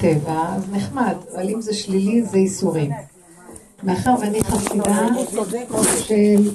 טבע, אז נחמד, אבל אם זה שלילי זה איסורים. מאחר ואני חסידה של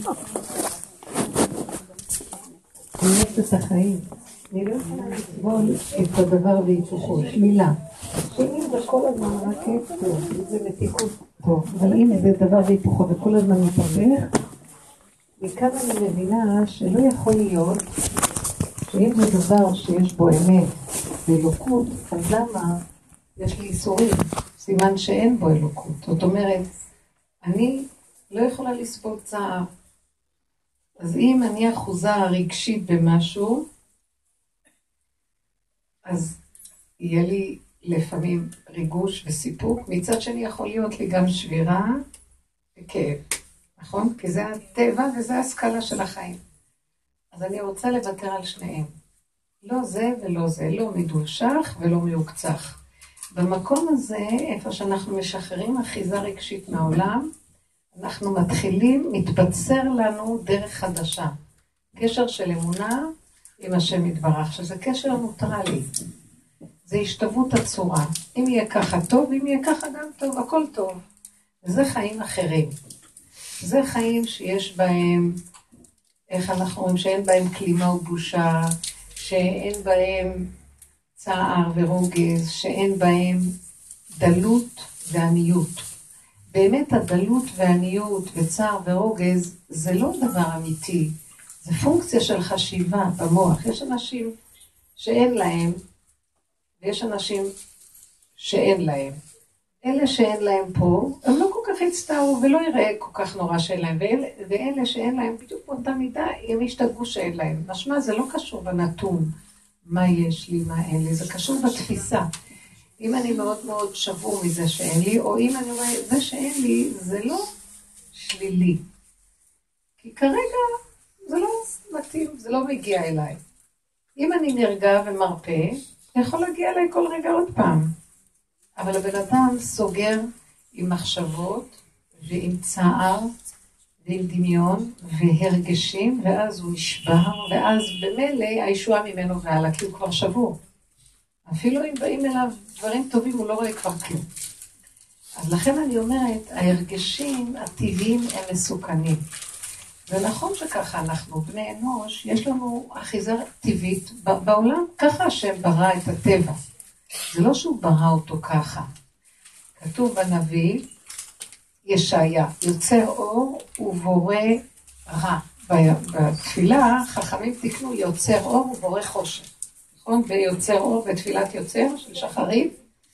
נפש החיים, אני לא יכולה לסבול את הדבר והיפוכו, שלילה. שאם זה כל הזמן רק טוב, זה מתיקות טוב, אבל אם זה דבר והיפוכו וכל הזמן מתהפך, מכאן אני מבינה שלא יכול להיות שאם זה דבר שיש בו אמת ואלוקות, אז למה יש לי איסורים? סימן שאין בו אלוקות. זאת אומרת, אני לא יכולה לסבול צער. אז אם אני אחוזה רגשית במשהו, אז יהיה לי לפעמים ריגוש וסיפוק. מצד שני יכול להיות לי גם שבירה וכאב. נכון? כי זה הטבע וזה הסקאלה של החיים. אז אני רוצה לוותר על שניהם. לא זה ולא זה, לא מדושך ולא מעוקצך. במקום הזה, איפה שאנחנו משחררים אחיזה רגשית מהעולם, אנחנו מתחילים, מתבצר לנו דרך חדשה. קשר של אמונה עם השם יתברך, שזה קשר נוטרלי. זה השתוות הצורה. אם יהיה ככה טוב, אם יהיה ככה גם טוב, הכל טוב. וזה חיים אחרים. זה חיים שיש בהם, איך אנחנו רואים, שאין בהם כלימה ובושה, שאין בהם צער ורוגז, שאין בהם דלות ועניות. באמת הדלות ועניות וצער ורוגז זה לא דבר אמיתי, זה פונקציה של חשיבה במוח. יש אנשים שאין להם, ויש אנשים שאין להם. אלה שאין להם פה, הם לא כל כך הצטערו ולא יראה כל כך נורא שאין להם, ואלה שאין להם בדיוק באותה מידה, הם ישתגעו שאין להם. משמע, זה לא קשור בנתון, מה יש לי, מה אין לי, זה קשור בתפיסה. אם אני מאוד מאוד שבור מזה שאין לי, או אם אני רואה, זה שאין לי, זה לא שלילי. כי כרגע זה לא מתאים, זה לא מגיע אליי. אם אני נרגע ומרפא, זה יכול להגיע אליי כל רגע עוד פעם. אבל הבן אדם סוגר עם מחשבות ועם צער ועם דמיון והרגשים, ואז הוא נשבר, ואז במילא הישועה ממנו ועלה, כי הוא כבר שבור. אפילו אם באים אליו דברים טובים, הוא לא רואה כבר כלום. אז לכן אני אומרת, ההרגשים הטבעיים הם מסוכנים. ונכון שככה אנחנו, בני אנוש, יש לנו אחיזה טבעית בעולם, ככה השם ברא את הטבע. זה לא שהוא ברא אותו ככה. כתוב בנביא, ישעיה, יוצר אור ובורא רע. בתפילה, חכמים תקנו יוצר אור ובורא חושך. נכון? ויוצר אור בתפילת יוצר של שחרית.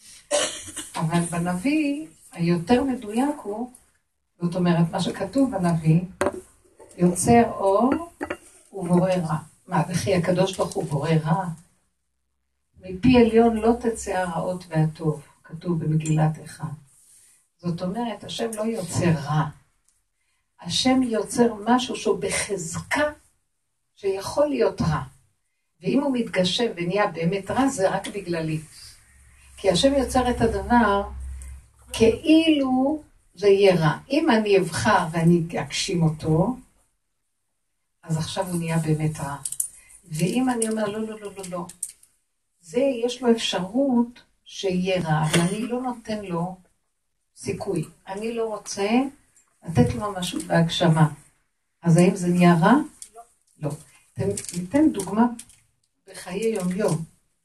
אבל בנביא, היותר מדויק הוא, זאת אומרת, מה שכתוב בנביא, יוצר אור ובורא רע. מה, וכי הקדוש ברוך הוא בורא רע? מפי עליון לא תצא הרעות והטוב, כתוב במגילת איכה. זאת אומרת, השם לא יוצר רע. השם יוצר משהו שהוא בחזקה שיכול להיות רע. ואם הוא מתגשם ונהיה באמת רע, זה רק בגללי. כי השם יוצר את הדבר כאילו זה יהיה רע. אם אני אבחר ואני אגשים אותו, אז עכשיו הוא נהיה באמת רע. ואם אני אומר, לא, לא, לא, לא, לא. זה, יש לו אפשרות שיהיה רע, אבל אני לא נותן לו סיכוי. אני לא רוצה לתת לו משהו בהגשמה. אז האם זה נהיה רע? לא. ניתן דוגמה בחיי יום-יום.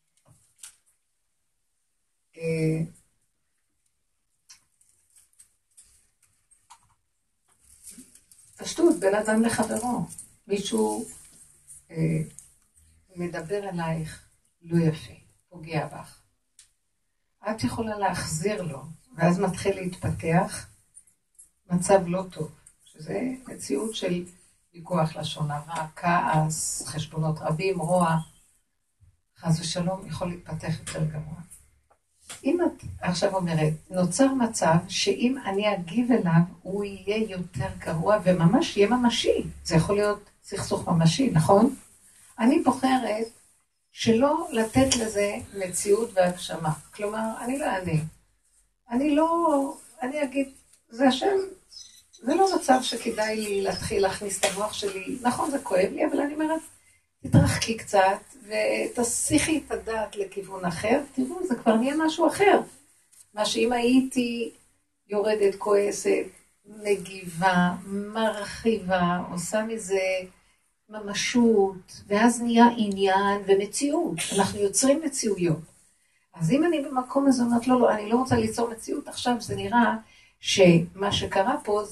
פשטות, בין אדם לחברו. מישהו מדבר אלייך לא יפה, פוגע בך. את יכולה להחזיר לו, ואז מתחיל להתפתח מצב לא טוב, שזה מציאות של ויכוח לשון הרע, כעס, חשבונות רבים, רוע, חס ושלום יכול להתפתח יותר גרוע. אם את עכשיו אומרת, נוצר מצב שאם אני אגיב אליו, הוא יהיה יותר גרוע וממש יהיה ממשי. זה יכול להיות סכסוך ממשי, נכון? אני בוחרת שלא לתת לזה מציאות והגשמה. כלומר, אני לא אענה. אני אגיד, זה השם, זה לא מצב שכדאי לי להתחיל להכניס את המוח שלי. נכון, זה כואב לי, אבל אני אומרת, תתרחקי קצת ותסיכי את הדעת לכיוון אחר. תראו, זה כבר נהיה משהו אחר. מה שאם הייתי יורדת, כועסת, מגיבה, מרחיבה, עושה מזה ממשות, ואז נהיה עניין ומציאות. אנחנו יוצרים מציאויות. אז אם אני במקום הזה אומרת, לא, אני לא רוצה ליצור מציאות, עכשיו זה נראה שמה שקרה פה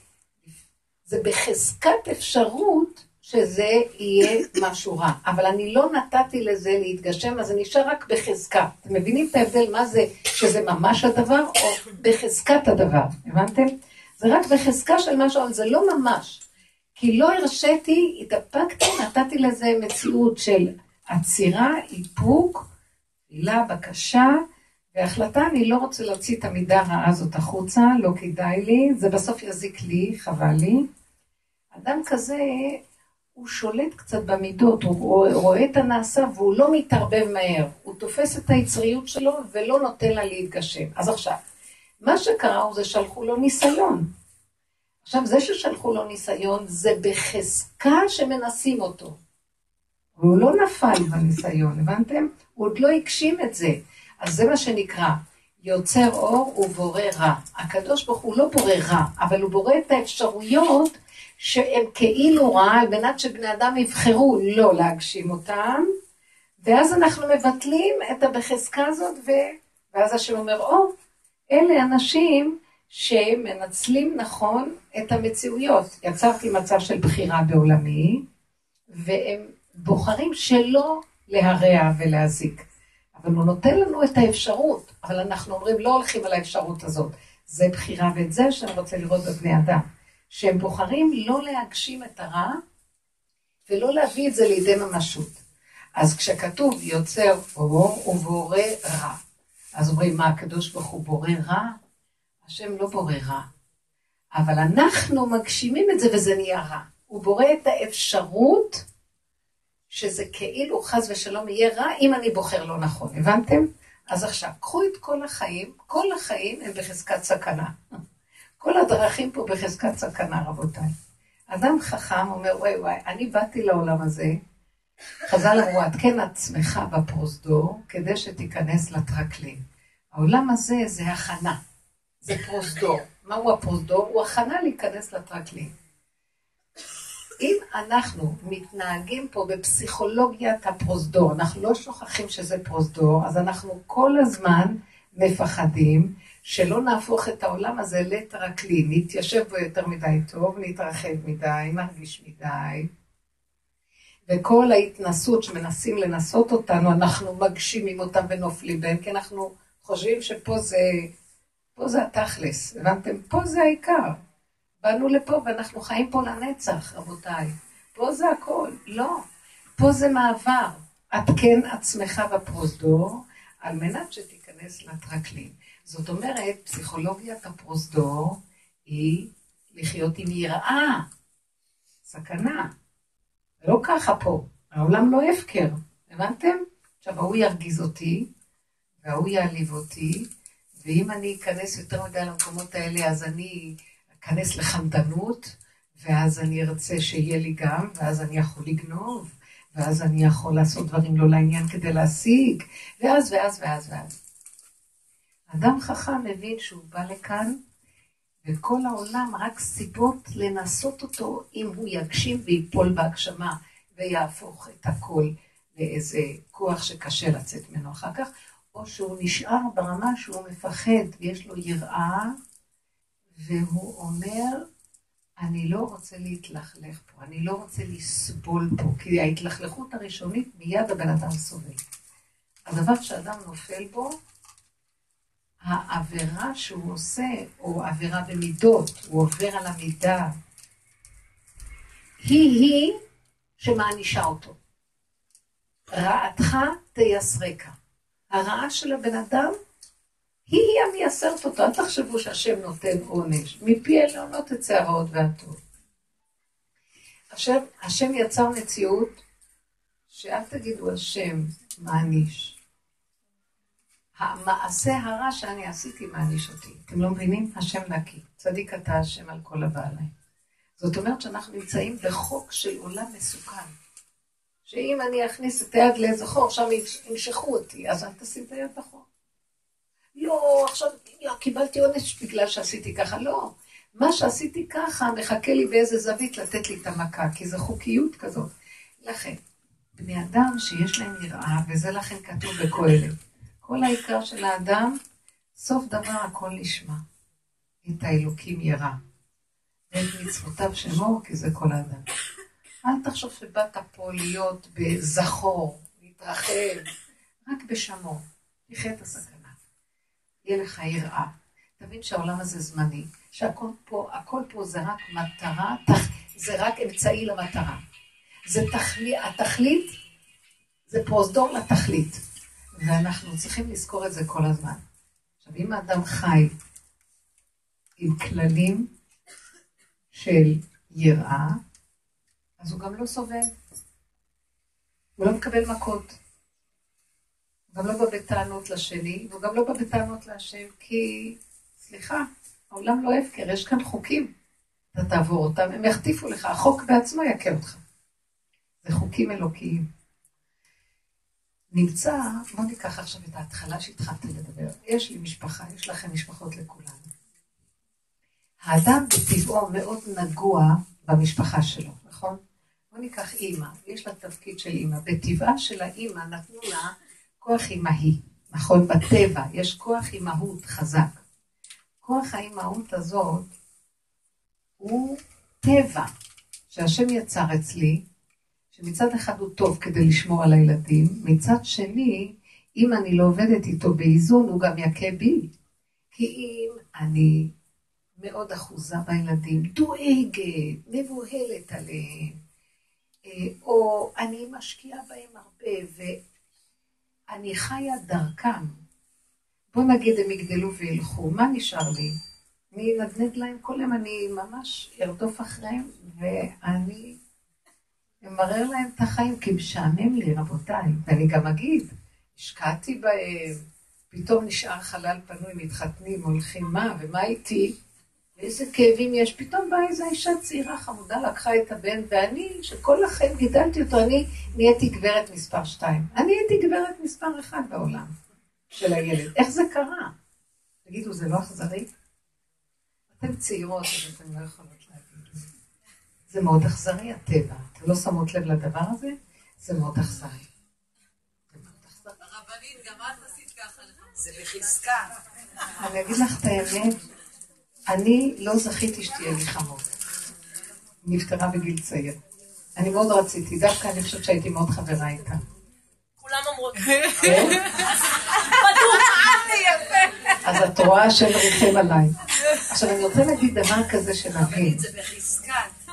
זה בחזקת אפשרות שזה יהיה משהו רע. אבל אני לא נתתי לזה להתגשם, אז זה נשאר רק בחזקה. אתם מבינים את ההבדל מה זה, שזה ממש הדבר, או בחזקת הדבר, הבנתם? זה רק בחזקה של משהו, אבל זה לא ממש. כי לא הרשיתי, התאפקתי, נתתי לזה מציאות של עצירה, איפוק, תפילה, בקשה, והחלטה, אני לא רוצה להוציא את המידה הרעה הזאת החוצה, לא כדאי לי, זה בסוף יזיק לי, חבל לי. אדם כזה, הוא שולט קצת במידות, הוא רואה את הנעשה והוא לא מתערבב מהר, הוא תופס את היצריות שלו ולא נותן לה להתגשם. אז עכשיו, מה שקרה הוא זה שלחו לו ניסיון. עכשיו, זה ששלחו לו ניסיון זה בחזקה שמנסים אותו. והוא לא נפל בניסיון, הבנתם? הוא עוד לא הגשים את זה. אז זה מה שנקרא, יוצר אור ובורא רע. הקדוש ברוך הוא לא בורא רע, אבל הוא בורא את האפשרויות שהם כאילו רע, על מנת שבני אדם יבחרו לא להגשים אותם, ואז אנחנו מבטלים את הבחזקה הזאת, ואז השם אומר, אלה אנשים שמנצלים נכון את המציאויות. יצרתי מצב של בחירה בעולמי, והם בוחרים שלא להרע ולהזיק. אבל הוא נותן לנו את האפשרות, אבל אנחנו אומרים, לא הולכים על האפשרות הזאת. זה בחירה, ואת זה שאני רוצה לראות בבני אדם. שהם בוחרים לא להגשים את הרע, ולא להביא את זה לידי ממשות. אז כשכתוב יוצר אור ובורא רע, אז אומרים, מה הקדוש ברוך הוא בורא רע? השם לא בורא רע. אבל אנחנו מגשימים את זה וזה נהיה רע. הוא בורא את האפשרות, שזה כאילו חס ושלום יהיה רע, אם אני בוחר לא נכון. הבנתם? אז עכשיו, קחו את כל החיים הם בחזקת סכנה. כל הדרכים פה בחזקת סכנה, רבותיי. אדם חכם אומר, וואי, אני באתי לעולם הזה, חז"ל אמרו, עדכן עצמך בפרוזדור, כדי שתיכנס לטרקלין. העולם הזה זה הכנה, זה פרוזדור. מהו הפרוזדור? הוא הכנה להיכנס לטרקלין. אם אנחנו מתנהגים פה בפסיכולוגיית הפרוזדור, אנחנו לא שוכחים שזה פרוזדור, אז אנחנו כל הזמן מפחדים, שלא נהפוך את העולם הזה לטרקלין, נתיישב בו יותר מדי טוב, נתרחב מדי, נרגיש מדי, וכל ההתנסות שמנסים לנסות אותנו, אנחנו מגשימים אותם ונופלים בהם, כי אנחנו חושבים שפה זה התכלס, הבנתם? פה זה העיקר. באנו לפה ואנחנו חיים פה לנצח, רבותיי. פה זה הכל. לא. פה זה מעבר. עדכן עצמך בפרוזדור, על מנת שתיכנס לטרקלין. זאת אומרת, פסיכולוגיית הפרוזדור היא לחיות עם יראה, סכנה. לא ככה פה, העולם לא הפקר, הבנתם? עכשיו, הוא ירגיז אותי, והוא יעליב אותי, ואם אני אכנס יותר מדי למקומות האלה, אז אני אכנס לחמדנות, ואז אני ארצה שיהיה לי גם, ואז אני יכול לגנוב, ואז אני יכול לעשות דברים לא לעניין כדי להשיג, ואז. אדם חכם מבין שהוא בא לכאן, וכל העולם רק סיבות לנסות אותו, אם הוא יגשים ויפול בהגשמה, ויהפוך את הכל לאיזה כוח שקשה לצאת ממנו אחר כך, או שהוא נשאר ברמה שהוא מפחד, ויש לו יראה, והוא אומר, אני לא רוצה להתלכלך פה, אני לא רוצה לסבול פה, כי ההתלכלכות הראשונית מיד הבן אדם סובל. הדבר שאדם נופל בו, העבירה שהוא עושה, או עבירה במידות, הוא עובר על המידה, היא שמענישה אותו. רעתך תייסרקה. הרעה של הבן אדם, היא המייסרת אותו. אל תחשבו שהשם נותן עונש. מפי עליונות תצא הרעות והטוב. עכשיו, השם יצר מציאות, שאל תגידו השם מעניש. המעשה הרע שאני עשיתי מעניש אותי. אתם לא מבינים? השם נקי. צדיק אתה השם על כל הבעלי. זאת אומרת שאנחנו נמצאים בחוק של עולם מסוכן. שאם אני אכניס את היד לאיזה חור, שם ימשכו אותי, אז אל תשים את היד בחור. לא, עכשיו קיבלתי עונש בגלל שעשיתי ככה. לא, מה שעשיתי ככה מחכה לי באיזה זווית לתת לי את המכה, כי זו חוקיות כזאת. לכן, בני אדם שיש להם יראה, וזה לכן כתוב בקהלת. כל העיקר של האדם, סוף דבר הכל נשמע. את האלוקים ירא. ואת מצוותיו שמור, כי זה כל האדם. אל תחשוב שבאת פה להיות בזכור, להתרחב, רק בשמור. תחיה את הסכנה. יהיה לך יראה. תבין שהעולם הזה זמני, שהכל פה זה רק מטרה, זה רק אמצעי למטרה. זה התכלית, זה פרוזדור לתכלית. ואנחנו צריכים לזכור את זה כל הזמן. עכשיו, אם האדם חי עם כללים של יראה, אז הוא גם לא סובל. הוא לא מקבל מכות. הוא גם לא בא בטענות לשני, והוא גם לא בא בטענות להשם, כי, סליחה, העולם לא הפקר, יש כאן חוקים. אתה תעבור אותם, הם יחטיפו לך, החוק בעצמו יקה אותך. זה חוקים אלוקיים. נמצא, בוא ניקח עכשיו את ההתחלה שהתחלתי לדבר. יש לי משפחה, יש לכם משפחות לכולנו. האדם בטבעו מאוד נגוע במשפחה שלו, נכון? בוא ניקח אימא, יש לה תפקיד של אימא. בטבעה של האימא נתנו לה כוח אימהי, נכון? בטבע יש כוח אימהות חזק. כוח האימהות הזאת הוא טבע שהשם יצר אצלי, שמצד אחד הוא טוב כדי לשמור על הילדים, מצד שני, אם אני לא עובדת איתו באיזון, הוא גם יקה בי. כי אם אני מאוד אחוזה בילדים, דואגת, מבוהלת עליהם, או אני משקיעה בהם הרבה, ואני חיה דרכם, בוא נגיד הם יגדלו וילכו, מה נשאר לי? אני נדנד להם כל יום, אני ממש ארדוף אחריהם, ואני אמרר להם את החיים, כי משעמם לי, רבותיי. ואני גם אגיד, השקעתי בהם, פתאום נשאר חלל פנוי, מתחתנים, הולכים מה, ומה איתי? ואיזה כאבים יש. פתאום באה איזו אישה צעירה חמודה, לקחה את הבן, ואני, שכל החיים גידלתי אותו, אני נהייתי גברת מספר 2. אני הייתי גברת מספר 1 בעולם של הילד. איך זה קרה? תגידו, זה לא אכזרי? אתם צעירות, אז אתם לא יכולות להגיד. זה מאוד אכזרי הטבע. אתם לא שמות לב לדבר הזה? זה מאוד אכזרי. הרבנית, גם את עשית ככה. זה בחזקה. אני אגיד לך את האמת, אני לא זכיתי שתהיה לי חמוד. נפטרה בגיל צעיר. אני מאוד רציתי, דווקא אני חושבת שהייתי מאוד חברה איתה. כולם אמרות. אז את רואה שהם ריחם עליי. עכשיו אני רוצה להגיד דבר כזה שנבין. זה בחזקת.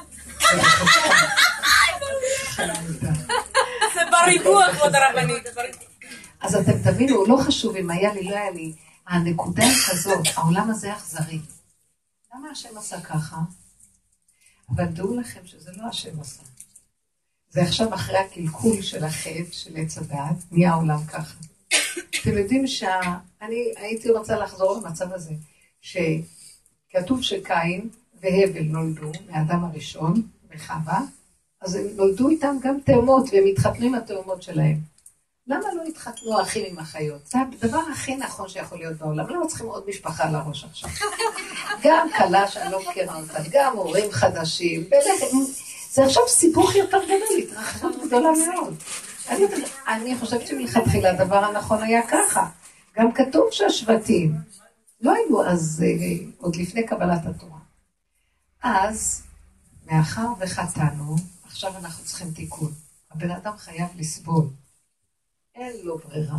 זה בריבוע, כבוד הרבנית. אז אתם תבינו, לא חשוב אם היה לי, לא היה לי. הנקודה היא כזאת, העולם הזה אכזרי. למה השם עשה ככה? אבל דעו לכם שזה לא השם עשה. זה עכשיו אחרי הקלקול של החטא, של עץ הדעת, נהיה העולם ככה. אתם יודעים שאני הייתי רוצה לחזור למצב הזה, שכתוב שקין והבל נולדו מהאדם הראשון, וחווה, אז הם נולדו איתם גם תאומות, והם התחתנו עם התאומות שלהם. למה לא התחתנו אחים עם החיות? זה הדבר הכי נכון שיכול להיות בעולם. למה צריכים עוד משפחה על הראש עכשיו? גם קלה שאני לא מכירה אותה, גם הורים חדשים, זה עכשיו סיבוך יותר גדול, התרחבות גדולה מאוד. אני חושבת שמלכתחילה הדבר הנכון היה ככה. גם כתוב שהשבטים לא היו אז, עוד לפני קבלת התורה. אז, מאחר וחטאנו, עכשיו אנחנו צריכים תיקון. הבן אדם חייב לסבול. אין לו ברירה.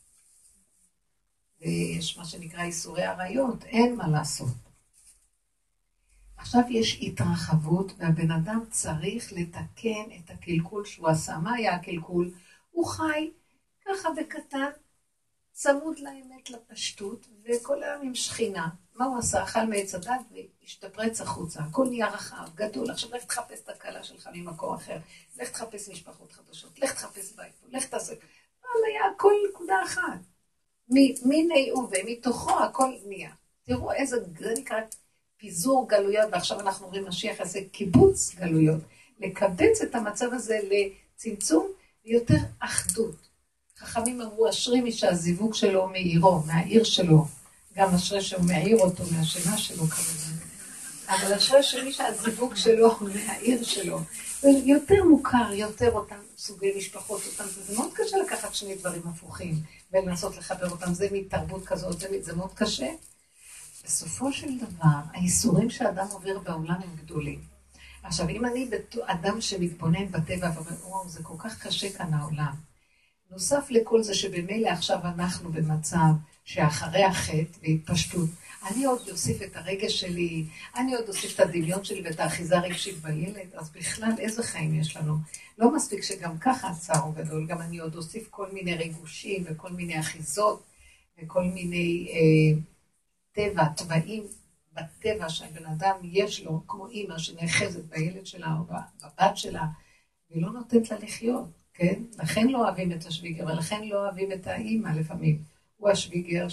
ויש מה שנקרא איסורי עריות, אין מה לעשות. עכשיו יש התרחבות, והבן אדם צריך לתקן את הקלקול שהוא עשה. מה היה הקלקול? הוא חי ככה בקטן, צמוד לאמת לפשטות, וכל היום עם שכינה. מה הוא עשה? אכל מעץ הדת והשתפרץ החוצה. הכל נהיה רחב, גדול. עכשיו לך תחפש את הקלה שלך ממקור אחר. לך תחפש משפחות חדשות. לך תחפש בית. לך תעשה. היה הכל נקודה אחת. מיני ומתוכו הכל נהיה. תראו איזה, זה נקרא פיזור גלויות, ועכשיו אנחנו אומרים משיח הזה קיבוץ גלויות. לקבץ את המצב הזה לצמצום ויותר אחדות. חכמים אמרו, אשרי מי שהזיווג שלו מעירו, מהעיר שלו, גם אשרי שהוא מעיר אותו מהשינה שלו כמובן. אבל אשרי שמי שהזיווג שלו מהעיר שלו, זה יותר מוכר, יותר אותם סוגי משפחות אותם, זה מאוד קשה לקחת שני דברים הפוכים, ולנסות לחבר אותם, זה מתרבות כזאת, זה מאוד קשה. בסופו של דבר, האיסורים שאדם עובר בעולם הם גדולים. עכשיו, אם אני אדם שמתבונן בטבע ואומר, וואו, זה כל כך קשה כאן העולם. נוסף לכל זה שבמילא עכשיו אנחנו במצב שאחרי החטא והתפשטות, אני עוד אוסיף את הרגש שלי, אני עוד אוסיף את הדמיון שלי ואת האחיזה הרגשית בילד, אז בכלל איזה חיים יש לנו? לא מספיק שגם ככה הצער הוא גדול, גם אני עוד אוסיף כל מיני ריגושים וכל מיני אחיזות וכל מיני טבע, טבעים בטבע שהבן אדם יש לו, כמו אימא שנאחזת בילד שלה או בבת שלה, והיא לא נותנת לה לחיות, כן? לכן לא אוהבים את השוויגר, ולכן לא אוהבים את האימא לפעמים. הוא השוויגר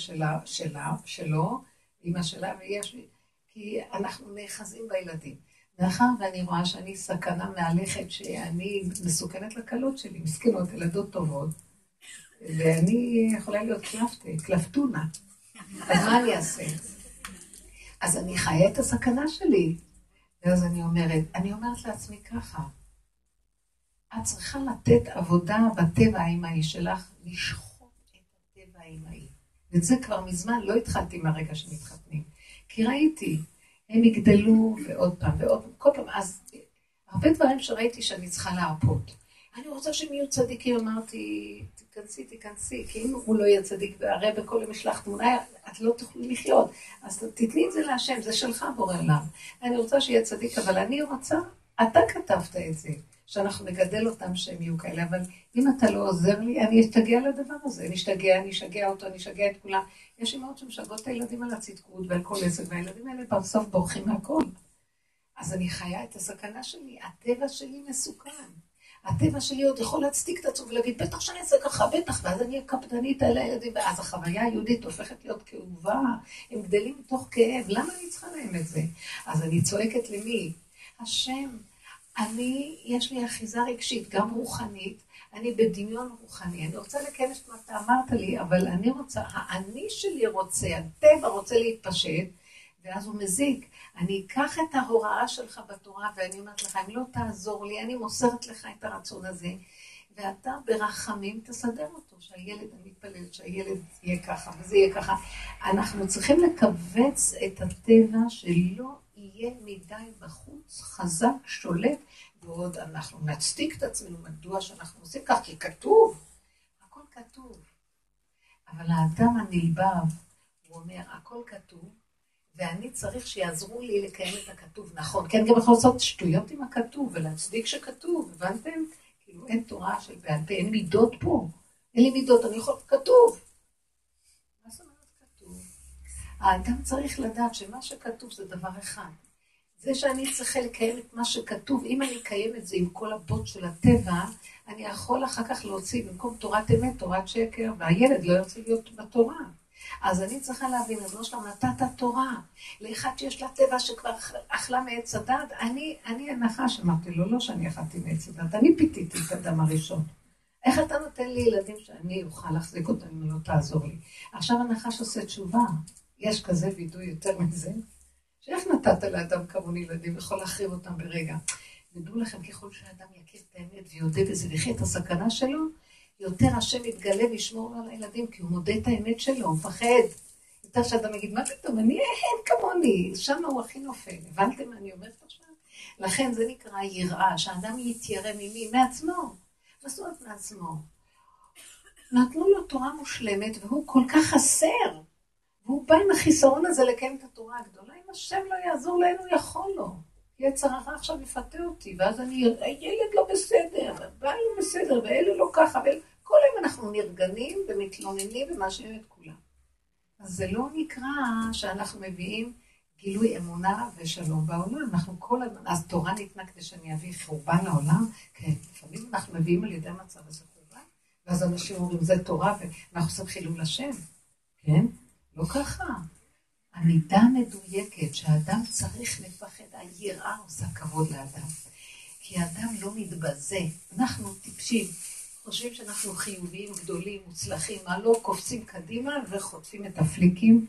שלו, אימא שלה, כי אנחנו נאחזים בילדים. מאחר ואני רואה שאני סכנה מהלכת, שאני מסוכנת לקלות שלי, מסכנות, ילדות טובות, ואני יכולה להיות קלפטונה. אז מה אני אעשה? אז אני חיה את הסכנה שלי. ואז אני אומרת לעצמי ככה, את צריכה לתת עבודה בטבע האמאי שלך, לשחוט את הטבע האמאי. ואת זה כבר מזמן לא התחלתי מהרגע שמתחתנים. כי ראיתי, הם יגדלו ועוד פעם ועוד פעם, כל פעם. אז הרבה דברים שראיתי שאני צריכה להרפות. אני רוצה שהם יהיו צדיקים, אמרתי, תיכנסי, כי אם הוא לא יהיה צדיק, והרי בכל המשלח תמונה, את לא תוכלי לחיות. אז תתני את זה להשם, זה שלך בורא עולם. אני רוצה שיהיה צדיק, אבל אני רוצה, אתה כתבת את זה, שאנחנו נגדל אותם שהם יהיו כאלה, אבל אם אתה לא עוזר לי, אני אשתגע לדבר הזה, אני אשגע אותו, אני אשגע את כולם. יש אמהות שמשגעות את הילדים על הצדקות ועל כל עסק, והילדים האלה בסוף בורחים מהכל. אז אני חיה את הסכנה שלי, הטבע שלי מסוכן. הטבע שלי עוד יכול להצדיק את עצמו ולהגיד, בטח שאני אעשה ככה, בטח, ואז אני אהיה קפדנית על הילדים, ואז החוויה היהודית הופכת להיות כאובה, הם גדלים מתוך כאב, למה אני צריכה להם את זה? אז אני צועקת למי? השם, יש לי אחיזה רגשית, גם רוחנית, אני בדמיון רוחני, אני רוצה לקיים את מה אתה אמרת לי, אבל אני רוצה, האני שלי רוצה, הטבע רוצה להתפשט, ואז הוא מזיק. אני אקח את ההוראה שלך בתורה, ואני אומרת לך, אם לא תעזור לי, אני מוסרת לך את הרצון הזה, ואתה ברחמים תסדר אותו, שהילד, אני מתפללת, שהילד יהיה ככה, וזה יהיה ככה. אנחנו צריכים לקבץ את הטבע שלא יהיה מדי בחוץ, חזק, שולט, ועוד אנחנו נצדיק את עצמנו, מדוע שאנחנו עושים כך, כי כתוב, הכל כתוב. אבל האדם הנלבב, הוא אומר, הכל כתוב, ואני צריך שיעזרו לי לקיים את הכתוב נכון. כן, גם יכול לעשות שטויות עם הכתוב, ולהצדיק שכתוב, הבנתם? כאילו אין תורה של בעל פה, אין מידות פה. אין לי מידות, אני יכול, כתוב. מה זאת אומרת כתוב? האדם צריך לדעת שמה שכתוב זה דבר אחד. זה שאני צריכה לקיים את מה שכתוב, אם אני אקיים את זה עם כל הבוט של הטבע, אני יכול אחר כך להוציא במקום תורת אמת, תורת שקר, והילד לא יוצא להיות בתורה. אז אני צריכה להבין, אז לא שלום, נתת תורה, לאחד שיש לה טבע שכבר אכלה מעץ הדת, אני הנחש, אמרתי לו, לא שאני אכלתי מעץ הדת, אני פיתיתי את הדם הראשון. איך אתה נותן לי ילדים שאני אוכל להחזיק אותם אם לא תעזור לי? עכשיו הנחש עושה תשובה, יש כזה וידוי יותר מזה, שאיך נתת לאדם כמוני ילדים, יכול להחריב אותם ברגע. ודעו לכם, ככל שהאדם יכיר את האמת ויודע בזה, ויחיה את הסכנה שלו, יותר השם יתגלה וישמור על הילדים, כי הוא מודה את האמת שלו, הוא מפחד. יותר שאדם יגיד, מה פתאום, אין כמוני, שם הוא הכי נופל. הבנתם מה אני אומרת עכשיו? לכן זה נקרא יראה, שהאדם יתיירא ממי? מעצמו. מה זאת אומרת מעצמו? נתנו לו תורה מושלמת, והוא כל כך חסר. והוא בא עם החיסרון הזה לקיים את התורה הגדולה. אם השם לא יעזור להם, הוא יכול לו. יצר הרע עכשיו יפתה אותי, ואז הילד לא בסדר, הבעל לא בסדר, ואלה לא ככה, כל היום אנחנו נרגנים ומתלוננים ומאשימים את כולם. אז זה לא נקרא שאנחנו מביאים גילוי אמונה ושלום בעולם, אנחנו כל הזמן, אז תורה ניתנה כדי שאני אביא חורבן לעולם, כן, לפעמים אנחנו מביאים על ידי מצב הזה חורבן, ואז אנשים אומרים, זה תורה, ואנחנו עושים חילול השם, כן? לא ככה. המידה מדויקת שהאדם צריך לפחד, היראה עושה כבוד לאדם. כי האדם לא מתבזה. אנחנו טיפשים, חושבים שאנחנו חיוביים, גדולים, מוצלחים, מה לא, קופצים קדימה וחוטפים את הפליקים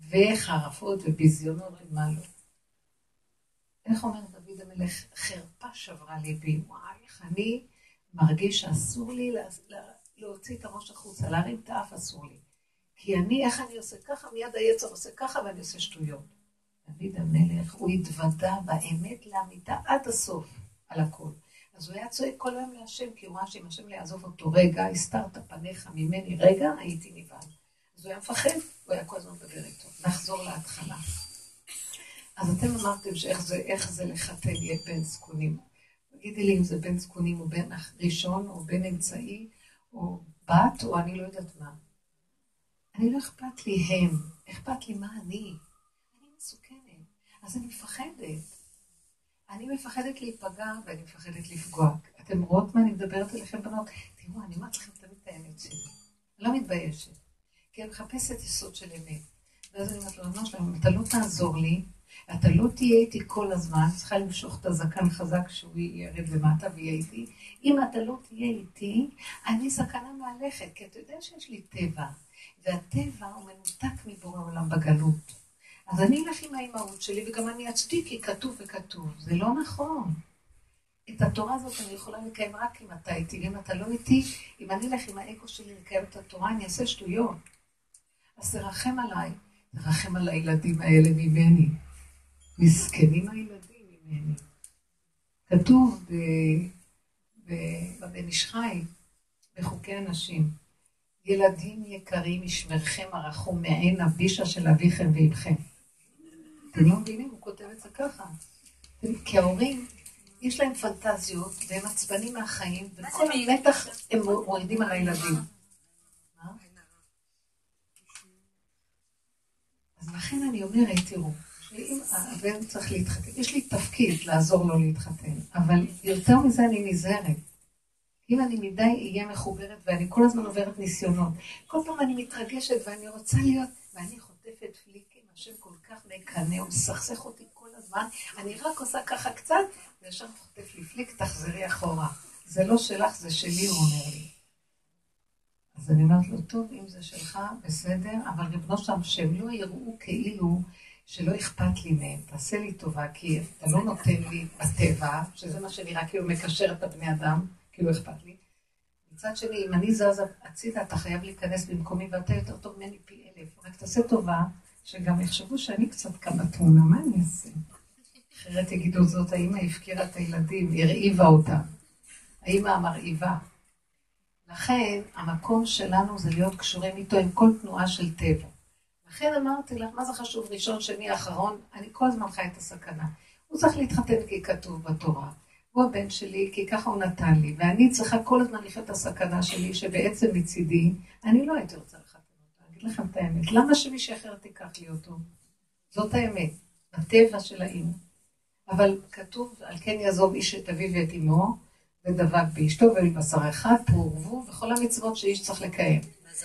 וחרפות וביזיונות ומה לא. איך אומר דוד המלך, חרפה שברה ליבי, וואי, איך אני מרגיש שאסור לי להוציא את הראש החוצה, להרים את האף אסור לי. כי אני, איך אני עושה ככה, מיד היצר עושה ככה ואני עושה שטויות. דוד המלך, הוא התוודע באמת לאמיתה עד הסוף על הכל. אז הוא היה צועק כל היום להשם, כי הוא ראה שאם השם לא יעזוב אותו רגע, הסתרת פניך ממני רגע, הייתי נבהל. אז הוא היה מפחד, הוא היה כל הזמן מדבר איתו. נחזור להתחלה. אז אתם אמרתם שאיך זה לחתן יהיה בן זקונים. תגידי לי אם זה בן זקונים או בן ראשון או בן אמצעי או בת או אני לא יודעת מה. אני לא אכפת לי הם, אכפת לי מה אני. אני מסוכנת, אז אני מפחדת. אני מפחדת להיפגע ואני מפחדת לפגוע. אתם רואות מה אני מדברת אליכם בנות? תראו, אני אומרת לכם תמיד את האמת שלי. אני לא מתביישת. כי אני מחפשת יסוד של אמת. ואז אני אומרת לו, ממש להם, אם אתה לא תעזור לי, אתה לא תהיה איתי כל הזמן, צריכה למשוך את הזקן חזק שהוא ירד למטה ויהיה איתי. אם אתה לא תהיה איתי, אני סכנה מהלכת, כי אתה יודע שיש לי טבע. והטבע הוא מנותק מבורא עולם בגלות. אז אני אלך עם האימהות שלי, וגם אני אצדיק, כי כתוב וכתוב. זה לא נכון. את התורה הזאת אני יכולה לקיים רק אם אתה איתי, ואם אתה לא איתי, אם אני אלך עם האגו שלי לקיים את התורה, אני אעשה שטויות. אז תרחם עליי, תרחם על הילדים האלה ממני. מסכנים הילדים ממני. כתוב בבן איש חי, בחוקי הנשים, ילדים יקרים ישמרכם הרחום מעין הבישה של אביכם ואימכם. אתם לא מבינים, הוא כותב את זה ככה. כי ההורים, יש להם פנטזיות, והם עצבנים מהחיים, וכל המתח הם מורידים על הילדים. אז לכן אני אומרת, תראו, שאם הבן צריך להתחתן, יש לי תפקיד לעזור לו להתחתן, אבל יותר מזה אני נזהרת. אם אני מדי אהיה מחוברת ואני כל הזמן עוברת ניסיונות, כל פעם אני מתרגשת ואני רוצה להיות, ואני חוטפת פליקים, השם כל כך מקנה, הוא מסכסך אותי כל הזמן, אני רק עושה ככה קצת, וישר חוטף לי פליק, תחזרי אחורה. זה לא שלך, זה שלי, הוא אומר לי. אז אני אומרת לו, טוב, אם זה שלך, בסדר, אבל רבנו שם, שהם לא יראו כאילו שלא אכפת לי מהם, תעשה לי טובה, כי אתה לא נותן לי בטבע, שזה מה שנראה כאילו מקשר את הבני אדם, כאילו אכפת לי. מצד שני, אם אני זזה הצידה, אתה חייב להיכנס במקומי, ואתה יותר טוב ממני פי 1000. רק תעשה טובה, שגם יחשבו שאני קצת כמה תמונה, מה אני אעשה? אחרת יגידו זאת, האמא הפקירה את הילדים, הרעיבה אותם. האמא המרעיבה. לכן, המקום שלנו זה להיות קשורים איתו עם כל תנועה של טבע. לכן אמרתי לך, מה זה חשוב ראשון, שני, אחרון? אני כל הזמן חי את הסכנה. הוא צריך להתחתן כי כתוב בתורה. הוא הבן שלי, כי ככה הוא נתן לי. ואני צריכה כל הזמן לחיות את הסכנה שלי, שבעצם מצידי, אני לא הייתי רוצה לחתן אותה. אני אגיד לכם את האמת. למה שמישהו אחר תיקח לי אותו? זאת האמת. הטבע של האמא. אבל כתוב, על כן יעזוב איש את אביו ואת אמו, ודבק באשתו ובבשר אחד, פורבו, וכל המצוות שאיש צריך לקיים.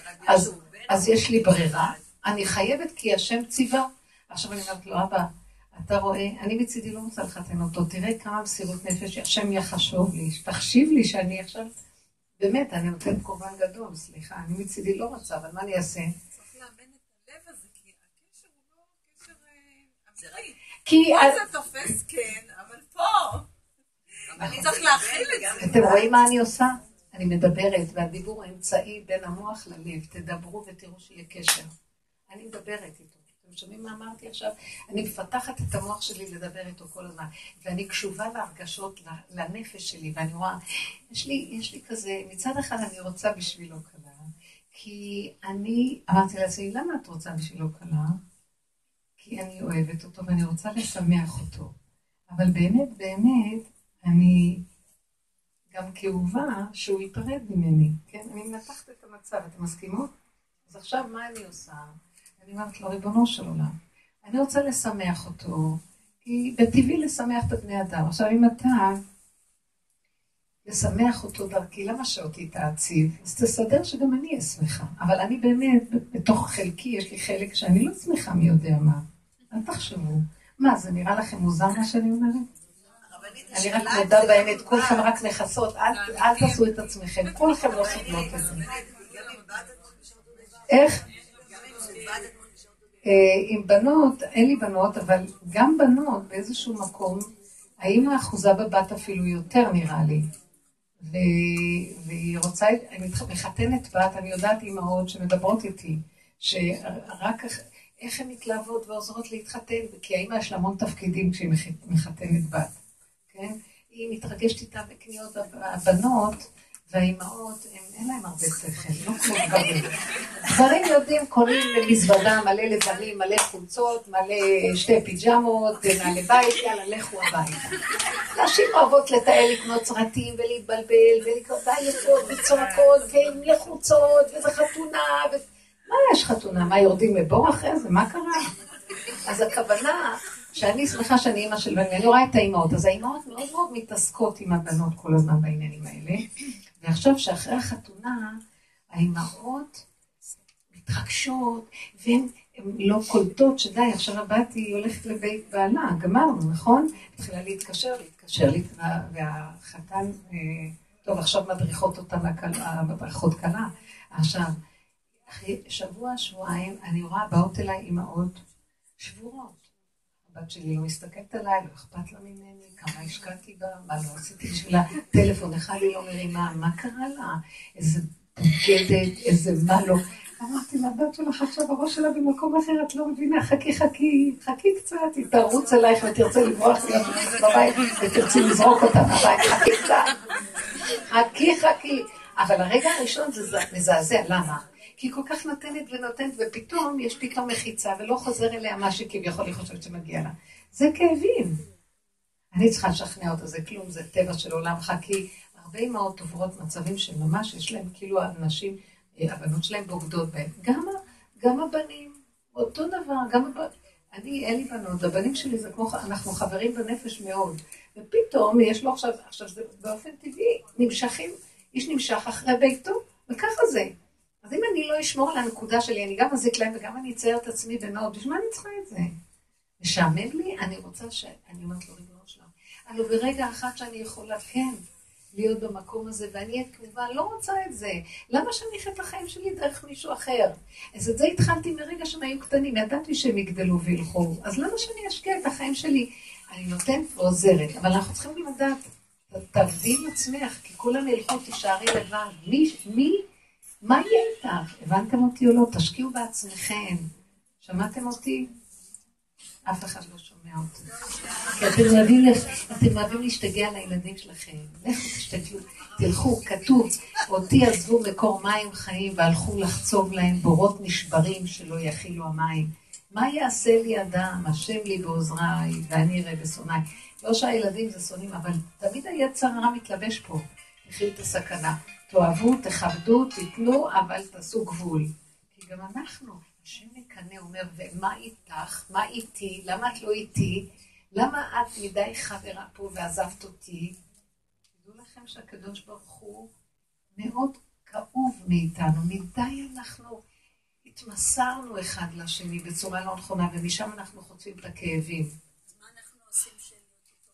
אז יש לי ברירה, אני חייבת כי השם ציווה. עכשיו אני אומרת לו, אבא, אתה רואה, אני מצידי לא רוצה לחתן אותו, תראה כמה מסירות נפש, השם יחשוב לי, תחשיב לי שאני עכשיו, באמת, אני נותנת קורבן גדול, סליחה, אני מצידי לא רוצה, אבל מה אני אעשה? צריך לאמן את הלב הזה, כי הקשר הוא לא קשר אמיתי. כי... פה זה תופס כן, אבל פה... אני צריך להכיל את זה. אתם רואים מה אני עושה? אני מדברת, והדיבור האמצעי בין המוח ללב, תדברו ותראו שיהיה קשר. אני מדברת איתו. אתם שומעים מה אמרתי עכשיו? אני מפתחת את המוח שלי לדבר איתו כל הזמן, ואני קשובה להרגשות, לנפש שלי, ואני רואה, יש לי כזה, מצד אחד אני רוצה בשבילו קלה, כי אני, אמרתי לעצמי, למה את רוצה בשבילו קלה? כי אני אוהבת אותו ואני רוצה לשמח אותו. אבל באמת, באמת, אני גם כאובה שהוא ייפרד ממני, כן? אני מנתחת את המצב, אתם מסכימות? אז עכשיו מה אני עושה? אני אומרת לו, ריבונו של עולם, אני רוצה לשמח אותו, כי בטבעי לשמח את הבני אדם. עכשיו אם אתה לשמח אותו דרכי, למה שאותי תעציב? אז תסדר שגם אני אשמחה. אבל אני באמת, בתוך חלקי, יש לי חלק שאני לא שמחה מי יודע מה. אל תחשבו. מה, זה נראה לכם מוזר מה שאני אומרת? אני רק מודה באמת, כולכם רק נכסות, אל תעשו את עצמכם, כולכם לא סובלות את זה. איך? עם בנות, אין לי בנות, אבל גם בנות באיזשהו מקום, האמא אחוזה בבת אפילו יותר נראה לי. והיא רוצה, אני מחתנת בת, אני יודעת אמהות שמדברות איתי, שרק איך הן מתלהבות ועוזרות להתחתן, כי האמא יש לה המון תפקידים כשהיא מחתנת בת, כן? היא מתרגשת איתה בקניות הבנות, והאימהות, אין להם הרבה שכל, לא כמו גברים. גברים יודעים, קונים מזוודה מלא לבנים, מלא חולצות, מלא שתי פיג'מות, נעלי בית, יאללה, לכו הביתה. נשים אוהבות לטייל, לקנות סרטים ולהתבלבל, ולקנות יפות וצועקות, ועם לחוצות, וזה חתונה, מה יש חתונה? מה, יורדים מבור אחרי זה? מה קרה? אז הכוונה, שאני שמחה שאני אימא של בנים, אני רואה את האימהות, אז האימהות מאוד מאוד מתעסקות עם הבנות כל הזמן בעניינים האלה, ועכשיו שאחרי החתונה, האימהות מתרגשות, והן לא קולטות שדי, עכשיו הבת היא הולכת לבית בעלה, גמרנו, נכון? התחילה להתקשר, והחתן, טוב, עכשיו מדריכות אותה מדריכות קלה, עכשיו, אחרי שבוע, שבועיים, אני רואה, באות אליי אימהות שבורות. הבת שלי לא מסתכלת עליי, לא אכפת לה ממני, כמה השקעתי בה, מה לא עשיתי בשבילה, טלפון אחד היא לא מרימה, מה קרה לה? איזה בוגדת, איזה מה לא. אמרתי לה, הבת שלך עכשיו הראש שלה במקום אחר, את לא מבינה, חכי קצת, היא תרוץ אלייך ותרצה לברוח להיות בבית, ותרצי לזרוק אותה בבית, חכי קצת. חכי. אבל הרגע הראשון זה מזעזע, למה? כי היא כל כך נותנת ונותנת, ופתאום יש פתאום מחיצה, ולא חוזר אליה מה שכביכול היא חושבת שמגיע לה. זה כאבים. אני צריכה לשכנע אותה, זה כלום, זה טבע של עולם חכי. הרבה אמהות עוברות מצבים שממש יש להם כאילו האנשים, הבנות שלהם בוגדות בהם. גם הבנים, אותו דבר, אין לי בנות, הבנים שלי זה כמו, אנחנו חברים בנפש מאוד. ופתאום יש לו עכשיו זה באופן טבעי, איש נמשך אחרי ביתו, וככה זה. אז אם אני לא אשמור על הנקודה שלי, אני גם אזיק להם וגם אני אצייר את עצמי בנאות, בשביל מה אני צריכה את זה? משעמם לי, אני רוצה אני אומרת לו ריבונו שלנו. אבל ברגע אחד שאני יכולה, כן, להיות במקום הזה, ואני כמובן לא רוצה את זה. למה שאני אחיה את החיים שלי דרך מישהו אחר? אז את זה התחלתי מרגע שהם היו קטנים, ידעתי שהם יגדלו וילכו. אז למה שאני אשקיע את החיים שלי? אני נותנת ועוזרת, אבל אנחנו צריכים לדעת, תעבדי עם עצמך, כי כולם ילכו, תישארי לבד. מה יהיה איתך? הבנתם אותי או לא? תשקיעו בעצמכם. שמעתם אותי? אף אחד לא שומע אותי. כי אתם אוהבים להשתגע על הילדים שלכם. לכו תשתגעו, תלכו, כתוב, אותי עזבו מקור מים חיים והלכו לחצוב להם בורות נשברים שלא יכילו המים. מה יעשה לי אדם? השם לי בעוזריי ואני אראה בשונאי. לא שהילדים זה שונאים, אבל תמיד היצר הרע מתלבש פה. תחיל את הסכנה. תאהבו, תכבדו, תיתנו, אבל תעשו גבול. כי גם אנחנו, השם מקנה, אומר, ומה איתך? מה איתי? למה את לא איתי? למה את מדי חברה פה ועזבת אותי? תדעו לכם שהקדוש ברוך הוא מאוד כאוב מאיתנו. מדי אנחנו התמסרנו אחד לשני בצורה לא נכונה, ומשם אנחנו חוטפים את הכאבים. אז מה אנחנו עושים של אותו?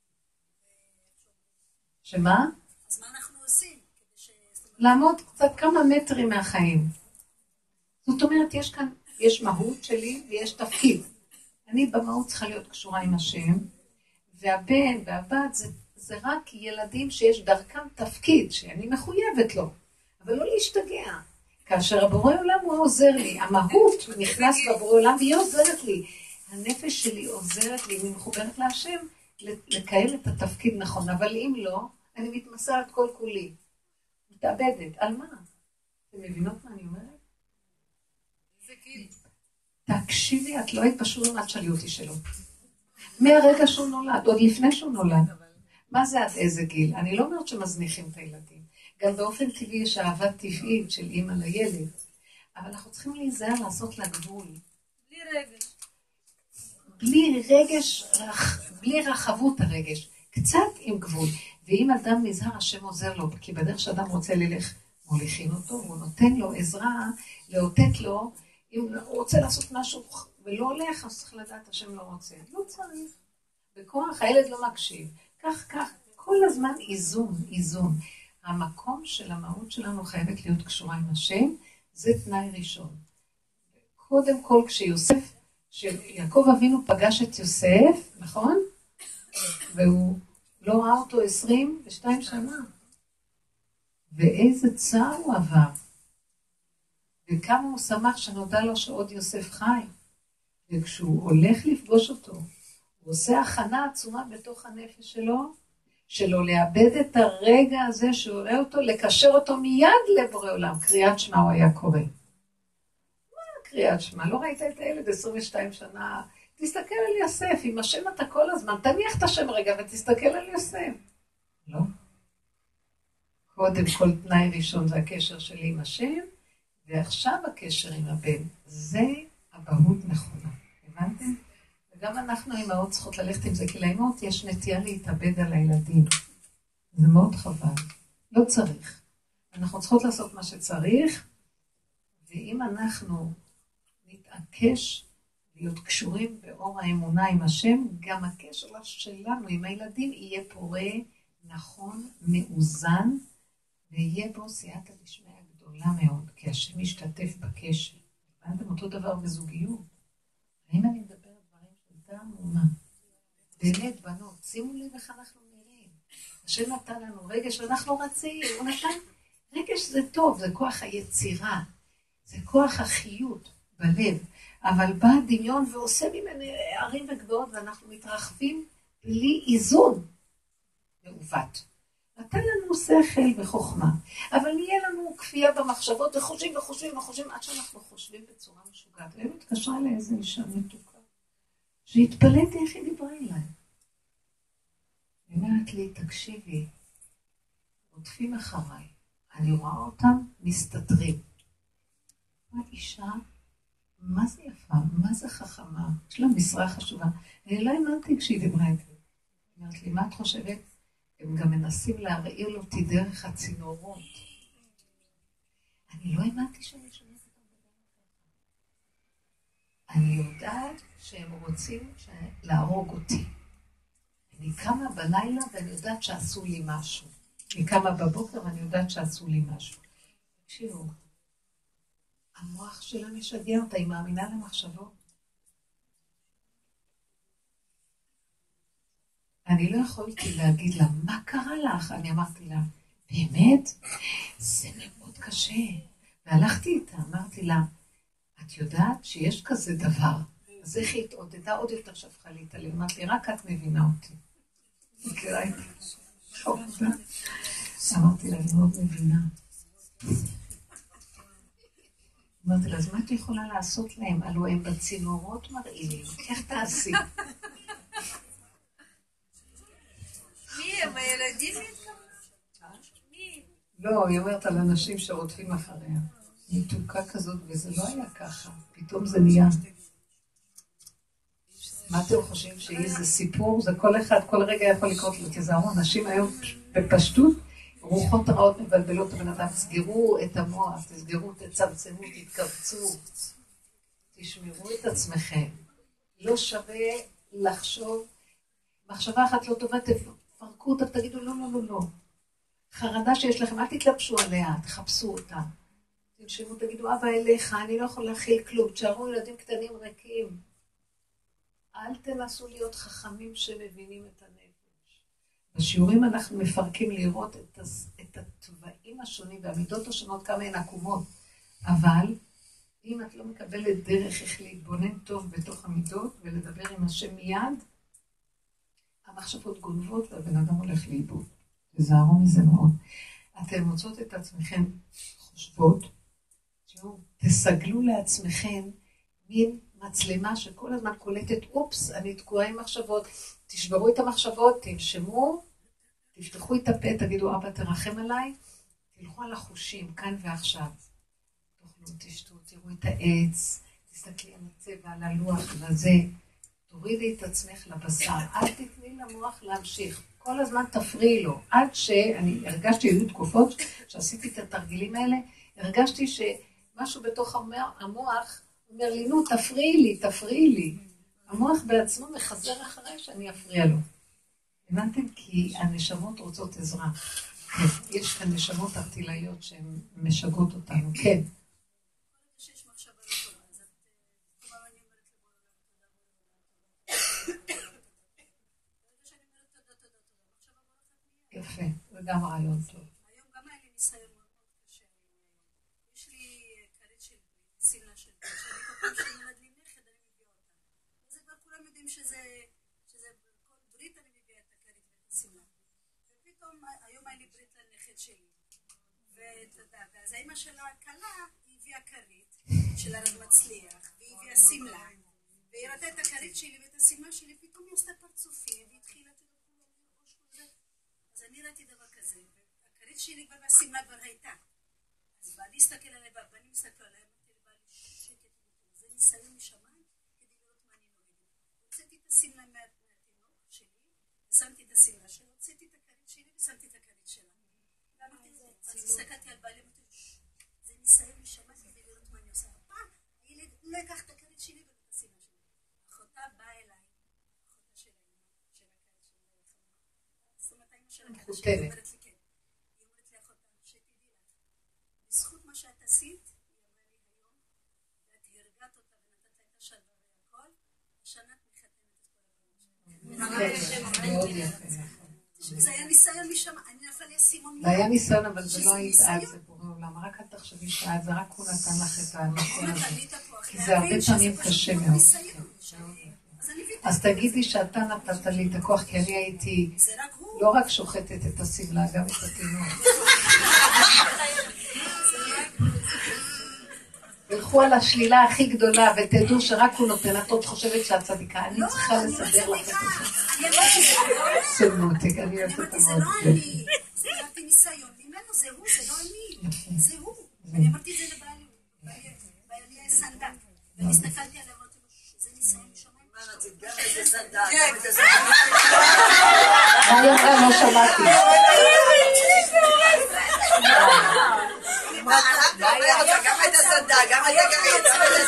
שמה? אז מה אנחנו עושים? לעמוד קצת כמה מטרים מהחיים. זאת אומרת, יש מהות שלי ויש תפקיד. אני במהות צריכה להיות קשורה עם השם, והבן והבת זה רק ילדים שיש דרכם תפקיד, שאני מחויבת לו, אבל לא להשתגע. כאשר הבורא עולם הוא עוזר לי, המהות נכנס בבורא עולם והיא עוזרת לי. הנפש שלי עוזרת לי, אני מחוברת להשם, לקיים את התפקיד נכון, אבל אם לא, אני מתמסרת כל כולי. מתאבדת. על מה? אתם מבינות מה אני אומרת? זה גיל. תקשיבי, את לא היית פשוט עד שלי אותי שלו. מהרגע שהוא נולד, עוד לפני שהוא נולד. מה זה עד איזה גיל? אני לא אומרת שמזניחים את הילדים. גם באופן טבעי יש אהבה טבעית של אמא לילד. אבל אנחנו צריכים להיזהר לעשות לה גבול. בלי רגש. בלי רגש, בלי רחבות הרגש. קצת עם גבול. ואם אדם נזהר, השם עוזר לו, כי בדרך שאדם רוצה ללך, מוליכים אותו, הוא נותן לו עזרה, לאותת לו, אם הוא רוצה לעשות משהו ולא הולך, אז צריך לדעת, השם לא רוצה. לא צריך. בכוח, הילד לא מקשיב. כך, כל הזמן איזון. המקום של המהות שלנו חייבת להיות קשורה עם השם, זה תנאי ראשון. קודם כל כשיוסף, שיעקב אבינו פגש את יוסף, נכון? והוא לא ראה אותו 22 שנה. ואיזה צער הוא עבר. וכמה הוא שמח שנודע לו שעוד יוסף חי. וכשהוא הולך לפגוש אותו, הוא עושה הכנה עצומה בתוך הנפש שלו לאבד את הרגע הזה שהוא רואה אותו, לקשר אותו מיד לבורא עולם. קריאת שמע הוא היה קורא. מה קריאת שמע? לא ראית את הילד 22 שנה. תסתכל על יוסף, עם השם אתה כל הזמן, תניח את השם רגע ותסתכל על יוסף. לא. קודם כל תנאי ראשון זה הקשר שלי עם השם, ועכשיו הקשר עם הבן. זה אבהות נכונה. הבנתם? וגם אנחנו אמהות צריכות ללכת עם זה, כי לאמהות יש נטייה להתאבד על הילדים. זה מאוד חבל. לא צריך. אנחנו צריכות לעשות מה שצריך, ואם אנחנו נתעקש להיות קשורים באור האמונה עם השם, גם הקשר שלנו עם הילדים יהיה פורה, נכון, מאוזן, ויהיה בו סייעתא דשמיא גדולה מאוד, כי השם משתתף בקשר. הבנתם אותו דבר בזוגיות. האם אני מדברת דברים של טעם או מה? באמת, בנות, שימו לב איך אנחנו נראים. השם נתן לנו רגש ואנחנו רצים, הוא נתן רגש זה טוב, זה כוח היצירה, זה כוח החיות בלב, אבל בא דמיון ועושה ממנו ערים וגבעות ואנחנו מתרחבים בלי איזון מעוות. נתן לנו שכל וחוכמה, אבל נהיה לנו כפייה במחשבות וחושבים עד שאנחנו חושבים בצורה משוגעת. אני מתקשרה לאיזה אישה מתוקה, שהתפלאתי איך היא דיברה אליי. היא אומרת לי, תקשיבי, רודפים אחריי, אני רואה אותם מסתתרים. מה אישה? מה זה יפה? מה זה חכמה? יש לה משרה חשובה. אני לא האמנתי כשהיא דיברה איתי. היא אומרת לי, מה את חושבת? הם גם מנסים להרעיל אותי דרך הצינורות. אני לא האמנתי שאני שומעת אותם בדרך. אני יודעת שהם רוצים להרוג אותי. אני קמה בלילה ואני יודעת שעשו לי משהו. אני קמה בבוקר ואני יודעת שעשו לי משהו. תקשיבו, המוח שלה משגע אותה, היא מאמינה למחשבות. אני לא יכולתי להגיד לה, מה קרה לך? אני אמרתי לה, באמת? זה מאוד קשה. והלכתי איתה, אמרתי לה, את יודעת שיש כזה דבר. אז איך היא התעודדה עוד יותר שפכה להתעלם. אמרתי לי, רק את מבינה אותי. מכירה איתי. אמרתי לה, אני מאוד מבינה. אמרתי לה, אז מה את יכולה לעשות להם? הלוא הם בצינורות מרעילים. איך תעשי? מי הם הילדים? מי? לא, היא אומרת על אנשים שרודפים אחריה. מתוקה כזאת, וזה לא היה ככה. פתאום זה נהיה. מה אתם חושבים שזה סיפור? זה כל אחד, כל רגע יכול לקרות לו. תזהרו, אנשים היום בפשטות, רוחות רעות מבלבלות הבן אדם. תסגרו את המוח, תסגרו, תצמצמו, תתכווצו. תשמרו את עצמכם. לא שווה לחשוב. מחשבה אחת לא טובה, תפרקו אותה, תגידו לא, לא, לא, לא. חרדה שיש לכם, אל תתלבשו עליה, תחפשו אותה. תנשמו, תגידו, אבא אליך, אני לא יכול להכיל כלום. תשארו ילדים קטנים ריקים. אל תנסו להיות חכמים שמבינים את הנפש. בשיעורים אנחנו מפרקים לראות את הטבעים השונים והמידות השונות, כמה הן עקומות. אבל אם את לא מקבלת דרך איך להתבונן טוב בתוך המידות ולדבר עם השם מיד, המחשבות גונבות והבן אדם הולך לאיבוד. תזהרו מזה מאוד. אתם מוצאות את עצמכם חושבות, תסגלו לעצמכם מין מצלמה שכל הזמן קולטת, אופס, אני תקועה עם מחשבות, תשברו את המחשבות, תנשמו, תפתחו את הפה, תגידו, אבא תרחם עליי, תלכו על החושים, כאן ועכשיו. תאכלו, תשתו, תראו את העץ, תסתכלי על הצבע, על הלוח, על הזה, תורידי את עצמך לבשר, אל תתני למוח להמשיך, כל הזמן תפריעי לו, עד שאני הרגשתי, היו תקופות שעשיתי את התרגילים האלה, הרגשתי שמשהו בתוך המוח אומר לי, נו, תפריעי לי. המוח בעצמו מחזר אחרי שאני אפריע לו. הבנתם? כי הנשמות רוצות עזרה. כן, יש כאן נשמות ארטילאיות שהן משגעות אותנו. כן. שיש מחשבה לא טובה, אז את יפה, זה גם רעיון טוב. היום גם היה לי ניסיון מאוד קשה. יש לי כרית של סימלה של שאני כל פעם שנולד לי נכד אני מביאה אותה. וזה כבר כולם יודעים שזה כל ברית אני מביאה את הכרית ואת הסימלה. ופתאום היום היה לי ברית לנכד שלי. ואז האמא של הכלה היא הביאה כרית של הרב מצליח והיא הביאה סימלה. והיא ראתה את הכרית שלי ואת הסימלה שלי, פתאום היא עשתה פרצופים והתחילה אז אני ראיתי דבר כזה, והכרית שלי כבר והסימלה כבר הייתה. אז בעלי הסתכל עליי, ואני מסתכל עליי, אמרתי לבעלי שקט, זה ניסיון משמיים כדי לראות מה אני נוהגת. הוצאתי את הסימלה מהתינוק שלי, ושמתי את הסימלה שלי, הוצאתי את הכרית שלי ושמתי את הכרית שלה. אז הסתכלתי על בעלי, אמרתי, זה ניסיון משמיים כדי לראות מה אני עושה. הפעם, הילד לקח את הכרית שלי ואת הסימלה שלי. אחותה באה אליי, אחותה של האמא, של הכרית שלי, היא אומרת לי אחותה, שתדעי לך, בזכות מה שאת עשית, היא אמרה לי היום, ואת הרגעת אותה ונתת לה את השלווה והכל, השנה את מחתנת את כל הבנות. זה היה ניסיון משם, אני נפל לי הסימון. זה היה ניסיון, אבל זה לא היית עד זה בורא עולם, רק אל תחשבי שאת, זה רק הוא נתן לך את הניסיון הזה, כי זה הרבה פעמים קשה מאוד. אז תגידי שאתה נתת לי את הכוח, כי אני הייתי לא רק שוחטת את הסמלה, גם את התינוק. הלכו על השלילה הכי גדולה, ותדעו שרק הוא נותן, את עוד חושבת שאת צדיקה, אני צריכה לסדר לך את זה. סמותיק, אני אוהבת את המות. זה לא אני, זה נתתי ניסיון, ממנו זה הוא, זה לא אני, זה הוא. אני אמרתי את זה לבעלי, בעלי סנדק, והסתכלתי עליו, אמרתי לו, זה ניסיון משמיים. מה רצית, גם איזה סנדק, גם איזה סנדק. מה יוכל, לא שמעתי. גם את הסנדק, גם את הגרית, גם את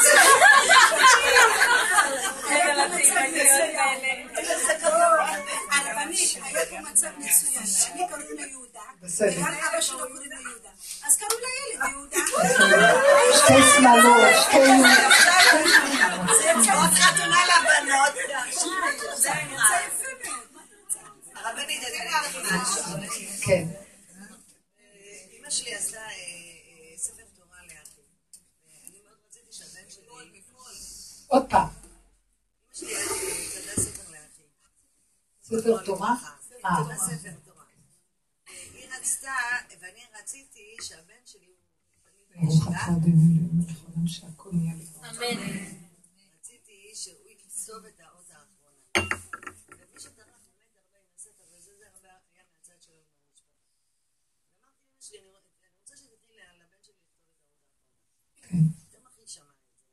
הרבנית, היה פה מצב מצוין, שאני קוראים לה יהודה, וגם אבא שלו קוראים לה יהודה. אז קראו לה ילד יהודה. שתי סמלות, שתי יהודה. זה עוד חתונה לבנות. זה יפה מאוד. הרבנית, אני אגיד לך משהו. כן. אמא שלי עשתה ספר תורה לאחי. אני מאוד רציתי שהבן שלי... עוד פעם. אמא שלי כתבה ספר לאחי. ספר תורה? כתבה ספר תורה. היא רצתה, ואני רציתי שהבן שלי ברוך אתה אדוני לכולם שהכל נהיה לבוא. רציתי שהוא יכתוב את האות האחרונה. ומי שטרח באמת הרבה עם הספר, וזה הרבה היה מהצד שלו עם המשפט. ואמרתי אמא שלי, אני רוצה שתתני לבן שלי לכתוב את האות האחרונה. כן. גם אחי שמע את זה.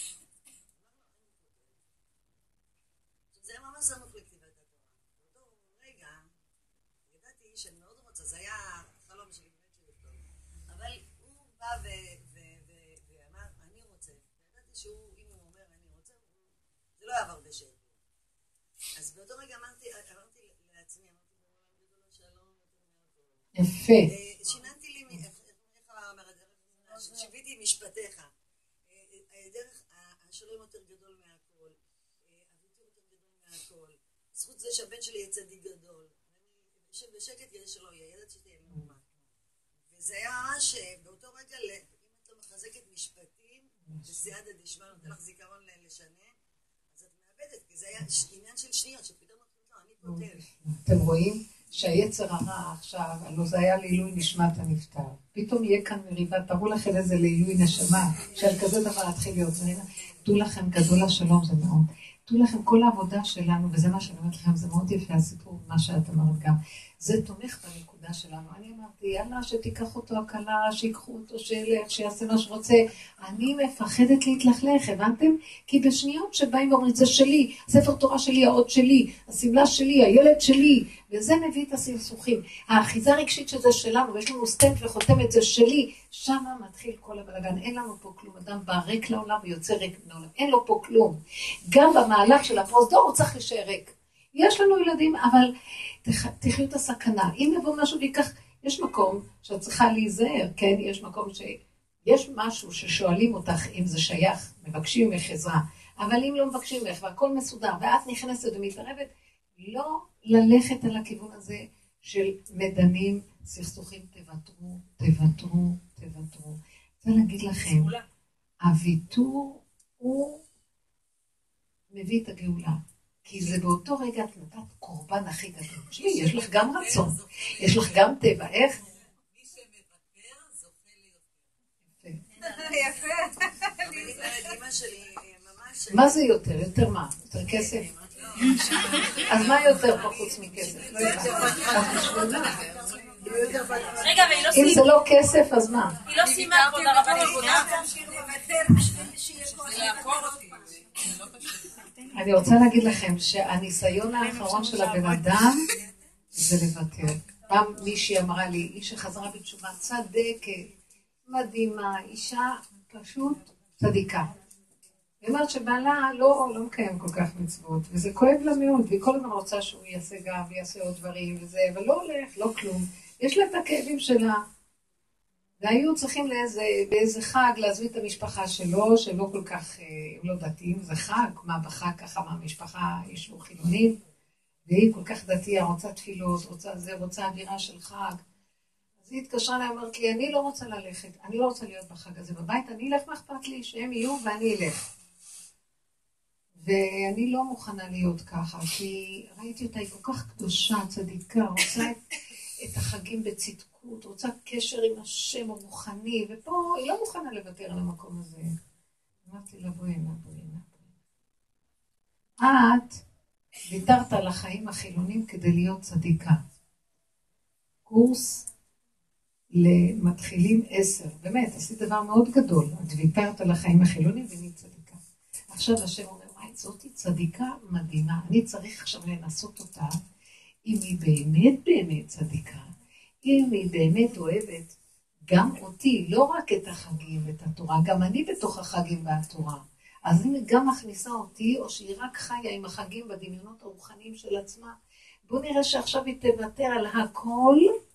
זה היה ממש סמוך לכתיבת התורה. באותו רגע, ידעתי שאני מאוד רוצה, זה היה חלום שלי באמת של לכתוב. אבל הוא בא ואמר, אני רוצה. ידעתי שהוא, אם הוא אומר אני רוצה, זה לא יעבור בשקט. אז באותו רגע אמרתי לעצמי, שלום, יפה. שיננתי לי, איך אומרת, שיוויתי משפטיך. דרך השלום יותר גדול מהכל, אביתי יותר גדול מהכל, זכות זה שהבן שלי יהיה צדיק גדול. אני יושב בשקט כדי שלא יהיה, ידעת שתהיה מהומה. וזה היה ממש, באותו רגע, אם את לא מחזקת משפטים, בסייעתא דשמיא, נותן לך זיכרון לשנה, אז את מאבדת, כי זה היה עניין של שניות, שפתאום אני פותר. אתם רואים שהיצר הרע עכשיו, הלוא זה היה לעילוי נשמת הנפטר. פתאום יהיה כאן מריבה, תראו לכם איזה לעילוי נשמה, שעל כזה דבר התחיל להיות מריבה. דעו לכם, גדול השלום, זה מאוד. דעו לכם, כל העבודה שלנו, וזה מה שאני אומרת לכם, זה מאוד יפה הסיפור, מה שאת אמרת גם. זה תומך בנקודה שלנו. אני אמרתי, יאללה, שתיקח אותו הקלה, שיקחו אותו, שיעשה מה שרוצה. אני מפחדת להתלכלך, הבנתם? כי בשניות שבאים ואומרים, זה שלי, הספר תורה שלי, האות שלי, הסמלה שלי, הילד שלי, וזה מביא את הסכסוכים. האחיזה הרגשית שזה שלנו, ויש לנו סטמפ וחותמת, זה שלי, שמה מתחיל כל הבלגן. אין לנו פה כלום, אדם בא ריק לעולם ויוצא ריק לעולם. אין לו פה כלום. גם במהלך של הפרוזדור הוא צריך להישאר ריק. יש לנו ילדים, אבל תחיו את הסכנה. אם יבוא משהו ויקח, יש מקום שאת צריכה להיזהר, כן? יש מקום יש משהו ששואלים אותך אם זה שייך, מבקשים ממך עזרה, אבל אם לא מבקשים ממך והכל מסודר, ואת נכנסת ומתערבת, לא ללכת על הכיוון הזה, של מדנים, סכסוכים, תוותרו, תוותרו, תוותרו. אני רוצה להגיד לכם, הוויתור הוא מביא את הגאולה. כי זה באותו רגע את נתת קורבן הכי גדול. יש לך גם רצון, יש לך גם טבע. איך? מי שמוותר זוכה ליותר. יפה. אמא שלי ממש... מה זה יותר? יותר מה? יותר כסף? אז מה יותר פה חוץ מכסף? לא יודעת. רגע, והיא לא אם זה לא כסף, אז מה? היא לא סיימה עבודה רבנית. אני רוצה להגיד לכם שהניסיון האחרון של הבן אדם זה לוותר. פעם מישהי אמרה לי, איש שחזרה בתשובה צדקת, מדהימה, אישה פשוט צדיקה. היא אומרת שבעלה לא מקיים כל כך מצוות, וזה כואב לה מאוד, והיא כל הזמן רוצה שהוא יעשה גם ויעשה עוד דברים וזה, אבל לא הולך, לא כלום. יש לה את הכאבים שלה, והיו צריכים באיזה חג להזמין את המשפחה שלא כל כך, הם לא דתיים, זה חג, מה בחג ככה, מה המשפחה, ישבו חילונים, והיא כל כך דתייה, רוצה תפילות, רוצה אווירה של חג. אז היא התקשרה לה, אמרת לי, אני לא רוצה ללכת, אני לא רוצה להיות בחג הזה בבית, אני אלך, מה אכפת לי שהם יהיו ואני אלך. ואני לא מוכנה להיות ככה, כי ראיתי אותה, היא כל כך קדושה, צדיקה, רוצה את החגים בצדקות, רוצה קשר עם השם הרוחני, ופה היא לא מוכנה לוותר על המקום הזה. אמרתי לה, בואי הנה. את ויתרת על החיים החילונים כדי להיות צדיקה. קורס למתחילים 10, באמת, עשית דבר מאוד גדול, את ויתרת על החיים החילונים ונהיית צדיקה. עכשיו השם אומר, זאתי צדיקה מדהימה, אני צריך עכשיו לנסות אותה, אם היא באמת צדיקה, אם היא באמת אוהבת גם אותי, לא רק את החגים ואת התורה, גם אני בתוך החגים והתורה. אז אם היא גם מכניסה אותי, או שהיא רק חיה עם החגים בדמיונות הרוחניים של עצמה, בואו נראה שעכשיו היא תוותר על הכל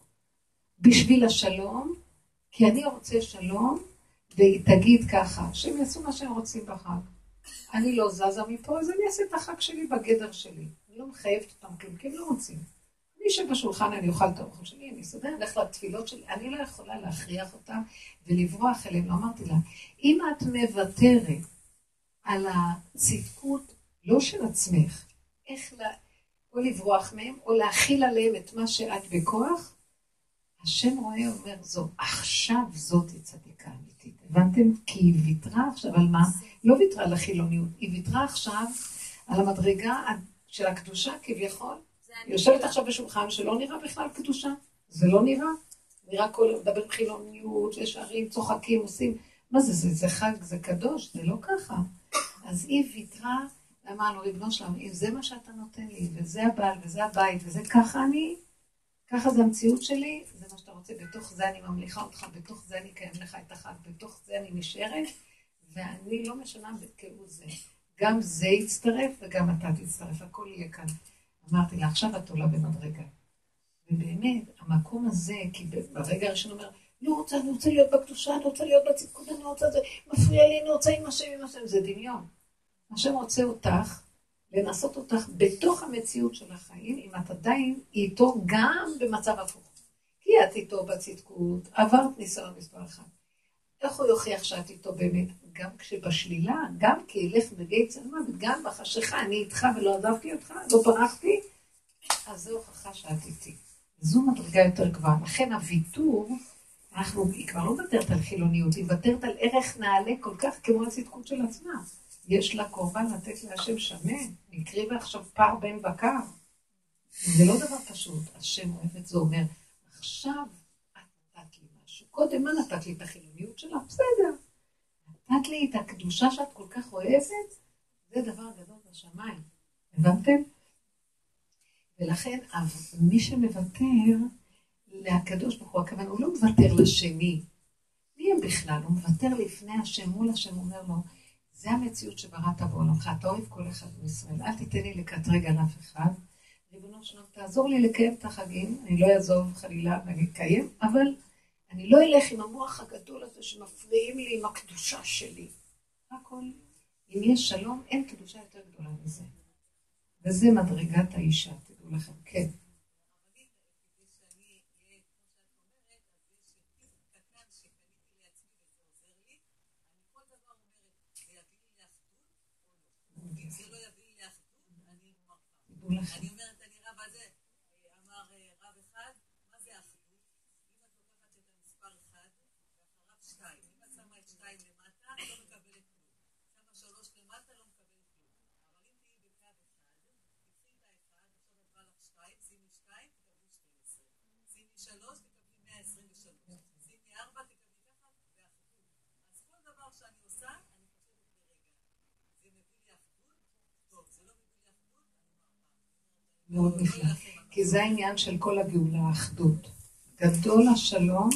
בשביל השלום, כי אני רוצה שלום, והיא תגיד ככה, שהם יעשו מה שהם רוצים בחג. אני לא זזה מפה, אז אני אעשה את החג שלי בגדר שלי. אני לא מחייבת אותם כלום, כי הם לא רוצים. מי שבשולחן אני אוכל את האוכל שלי, אני אסדר, אני הולך לתפילות שלי, אני לא יכולה להכריח אותם ולברוח אליהם. לא אמרתי לה, אם את מוותרת על הצדקות, לא של עצמך, איך או לברוח מהם, או להכיל עליהם את מה שאת בכוח, השם רואה אומר, עכשיו זאת צדיקה אמיתית. הבנתם? כי היא ויתרה עכשיו על מה? לא ויתרה על החילוניות, היא ויתרה עכשיו על המדרגה של הקדושה כביכול. היא יושבת עכשיו בשולחן שלא נראה בכלל קדושה. זה לא נראה. נראה כל מדבר חילוניות, ישרים, צוחקים, עושים. מה זה? זה חג, זה קדוש, זה לא ככה. אז היא ויתרה, אמרה לו, ריבונו שלנו, אם זה מה שאתה נותן לי, וזה הבעל, וזה הבית, וזה ככה ככה זה המציאות שלי, זה מה שאתה רוצה, בתוך זה אני ממליכה אותך, בתוך זה אני קיים לך את החג, בתוך זה אני נשארת, ואני לא משנה בכאילו זה. גם זה יצטרף וגם אתה תצטרף, הכל יהיה כאן. אמרתי לה, עכשיו את עולה במדרגה. ובאמת, המקום הזה, כי ברגע הראשון אומר, לא רוצה, אני רוצה להיות בקדושה, אני רוצה להיות בצדקות, אני רוצה זה, מפריע לי, אני רוצה עם השם, זה דמיון. השם רוצה אותך, לנסות אותך בתוך המציאות של החיים, אם את עדיין איתו גם במצב הפוך. כי את איתו בצדקות, עברת ניסיון מספר אחד. איך הוא יוכיח שאת איתו באמת? גם כשבשלילה, גם כי ילך בגיא צלמה, וגם בחשיכה, אני איתך ולא עזבתי אותך, לא ברחתי, אז זו הוכחה שאת איתי. זו מדרגה יותר גבוהה. לכן הוויתור, היא כבר לא מוותרת על חילוניות, היא מוותרת על ערך נעלה כל כך כמו הצדקות של עצמה. יש לה קורבן לתת להשם שמן, נקריב עכשיו פר בן בקר. זה לא דבר פשוט, השם אוהב את זה, אומר, עכשיו את נתת לי משהו. קודם מה נתת לי את החילוניות שלה? בסדר. נתת לי את הקדושה שאת כל כך אוהבת, זה דבר גדול בשמיים. הבנתם? ולכן מי שמוותר לקדוש ברוך הוא, הכוונה, הוא לא מוותר לשני. מי הם בכלל? הוא מוותר לפני השם, מול השם, אומר לו, זה המציאות שבראת בעולמך, אתה אוהב כל אחד מישראל, אל תיתן לי לקטרג על אף אחד, ריבונו שלום, תעזור לי לקיים את החגים, אני לא אעזוב חלילה ואני אקיים, אבל אני לא אלך עם המוח הגדול הזה שמפריעים לי עם הקדושה שלי. הכל, אם יש שלום, אין קדושה יותר גדולה מזה. וזה מדרגת האישה, תדעו לכם, כן. זה לא יביא לי אחדות, אני מרפה. אני אומרת, אני רב הזה, אמר רב אחד, מה זה אחדות? אם את לוקחת את המספר אחד, ואחריו 2, אם את שמה את 2 למטה, לא מקבלת כלום. שמה 3 למטה, לא מקבלת כלום. אבל אם תהיי בקו אחד, תקחי את האחד, עכשיו את בא לך 2, שימי 2, תקבלי 12. שימי 3, תקבלי 123. שימי 4, תקבלי ככה, ואחדות. אז כל דבר שאני עושה, אני חושבת ברגע. זה מביא לי אחדות? טוב, זה לא מביא לי אחדות, אני מרפה. מאוד נפלא. כי זה העניין של כל הגאולה, האחדות. גדול השלום,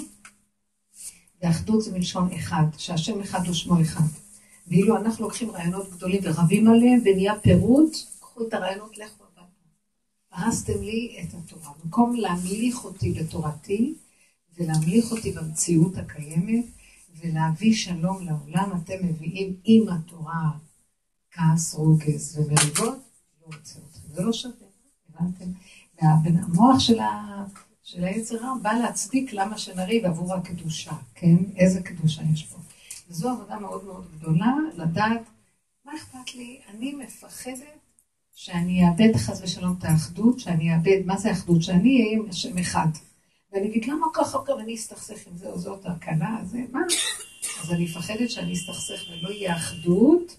והאחדות זה מלשון אחד, שהשם אחד ושמו אחד. ואילו אנחנו לוקחים רעיונות גדולים ורבים עליהם, ונהיה פירוט, קחו את הרעיונות, לכו הביתה. הרסתם לי את התורה. במקום להמליך אותי בתורתי, ולהמליך אותי במציאות הקיימת, ולהביא שלום לעולם, אתם מביאים עם התורה כעס, רוגז ומריבות, לא רוצה אתכם. זה לא שווה, הבנתם? והמוח של היצר רע בא להצדיק למה שנריב עבור הקדושה, כן? איזה קדושה יש פה. וזו עבודה מאוד מאוד גדולה, לדעת, מה אכפת לי? אני מפחדת שאני אאבד חס ושלום את האחדות, שאני אאבד, מה זה אחדות? שאני אהיה עם השם אחד. ואני אגיד, למה ככה, ואני אסתכסך עם זה או זאת הקלה, זה מה? אז אני מפחדת שאני אסתכסך ולא יהיה אחדות,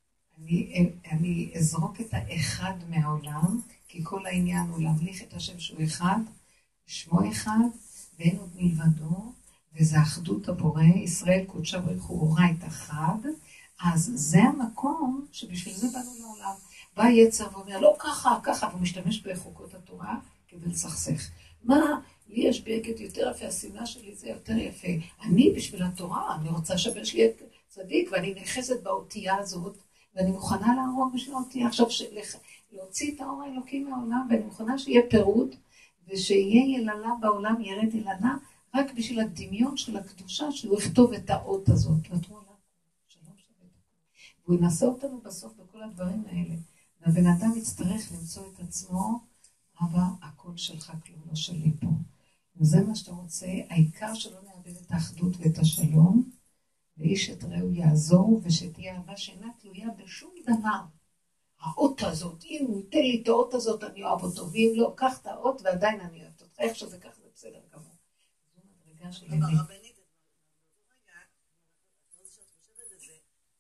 אני אזרוק את האחד מהעולם, כי כל העניין הוא להמליך את השם שהוא אחד, שמו אחד, ואין עוד מלבדו, וזה אחדות הבורא, ישראל קודשה ברוך הוא אורייתא אחד, אז זה המקום שבשביל זה באנו לעולם. בא יצר ואומר, לא ככה, ככה, והוא משתמש בחוקות התורה כדי לסכסך. מה? לי יש בגד יותר יפה, השנאה שלי זה יותר יפה. אני בשביל התורה, אני רוצה שהבן שלי יהיה צדיק, ואני נחזת באותייה הזאת, ואני מוכנה להרוג בשביל האותייה. עכשיו, להוציא את האור האלוקי מהעולם, ואני מוכנה שיהיה פירוט, ושיהיה יללה בעולם, ירד יללה, רק בשביל הדמיון של הקדושה, שהוא יכתוב את האות הזאת. ותרו עליו, שלום שווה. והוא ינסה אותנו בסוף בכל הדברים האלה. והבן אדם יצטרך למצוא את עצמו, אבא, הכל שלך, כלום לא שלי פה. וזה מה שאתה רוצה, העיקר שלא נאבד את האחדות ואת השלום, ואיש את רעהו יעזור, ושתהיה אהבה שאינה תלויה בשום דבר. האות הזאת, אם הוא ייתן לי את האות הזאת, אני אוהב אותו, ואם לא, קח את האות ועדיין אני אוהב אותך, איך שזה כך זה בסדר גמור. זו מדרגה של אמת. הרבנית, רגע, לא זה שאת חושבת את זה,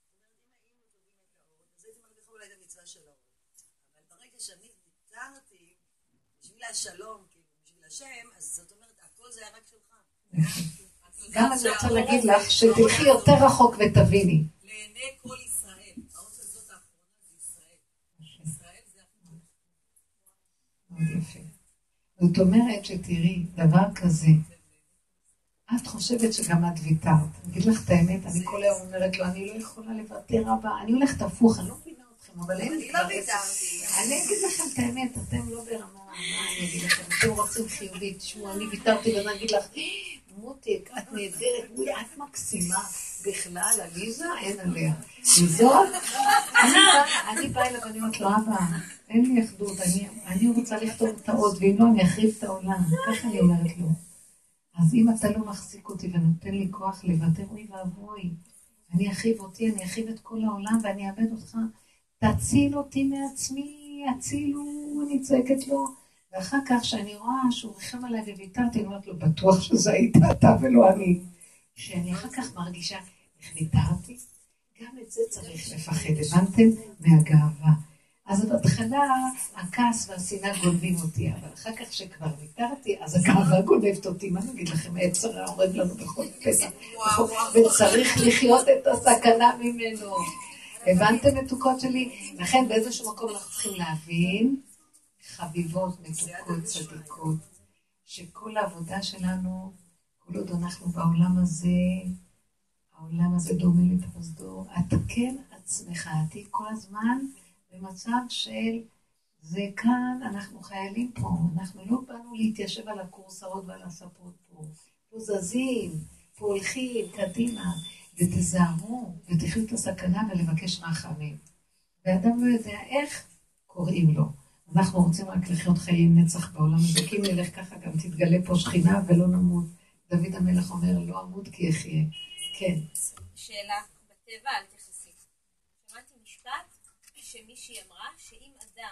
אז הייתי מרגיחה אולי את המצווה של האור. אבל ברגע שאני ויתרתי, בשביל השלום, בשביל השם, אז זאת אומרת, הכל זה היה רק שלך. גם אני רוצה להגיד לך שתלכי יותר רחוק ותביני. לעיני כל ישראל. האות הזאת האחרונה זה ישראל. ישראל זה אחרונה. מאוד יפה. זאת אומרת שתראי, דבר כזה, את חושבת שגם את ויתרת. אני אגיד לך את האמת, אני כל היום אומרת לו, אני לא יכולה לוותר רבה, אני הולכת הפוך, אני לא מבינה אתכם, אבל אין לי כבר ויתרתי. אני אגיד לכם את האמת, אתם לא ברמה, מה אני אגיד לכם, אתם רוצים חיובית, תשמעו, אני ויתרתי ואני אגיד לך, מותק, את נהדרת, את מקסימה בכלל, עליזה, אין עליה. וזאת, אני באה אליו ואני אומרת לו, אבא, אין לי אחדות, אני רוצה לכתוב את האות, ואם לא, אני אחריב את העולם, ככה אני אומרת לו. אז אם אתה לא מחזיק אותי ונותן לי כוח לוותר, אוי ואבוי, אני אחריב אותי, אני אחריב את כל העולם ואני אאבד אותך, תציל אותי מעצמי, הצילו, אני צועקת לו, ואחר כך שאני רואה שהוא ריחם עליי וויתרתי, אני אומרת לו, בטוח שזה היית אתה ולא אני. שאני אחר כך מרגישה, איך ויתרתי? גם את זה צריך לפחד, הבנתם? מהגאווה. אז בהתחלה הכעס והשנאה גונבים אותי, אבל אחר כך שכבר ויתרתי, אז הגאווה גונבת אותי. מה נגיד לכם? היצר הורג לנו בכל פתע. וצריך לחיות את הסכנה ממנו. הבנתם מתוקות שלי? לכן באיזשהו מקום אנחנו צריכים להבין, חביבות, מתוקות, צדיקות, שכל העבודה שלנו, כל עוד אנחנו בעולם הזה, העולם הזה דומה לפרוזדור, התקן עצמך, תהי כל הזמן במצב של זה כאן, אנחנו חיילים פה, אנחנו לא באנו להתיישב על הקורסאות ועל הספות פה, פה זזים, פה הולכים, קדימה, ותזהרו, ותחיו את הסכנה ולבקש רחמים. ואדם לא יודע איך קוראים לו. אנחנו רוצים רק לחיות חיי נצח בעולם הזה, כי אם נלך ככה גם תתגלה פה שכינה ולא נמות. דוד המלך אומר, לא אמות כי יחיה. כן. שאלה, בטבע אל תחסי. שמעתי משפט שמישהי אמרה שאם אדם,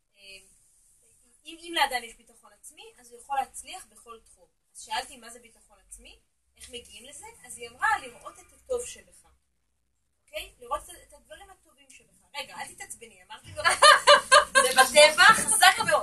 אם לאדם יש ביטחון עצמי, אז הוא יכול להצליח בכל תחום. אז שאלתי מה זה ביטחון עצמי, איך מגיעים לזה? אז היא אמרה לראות את הטוב שבך. אוקיי? לראות את הדברים הטובים שבך. רגע, אל תתעצבני, אמרתי לו, זה בטבע חזק מאוד.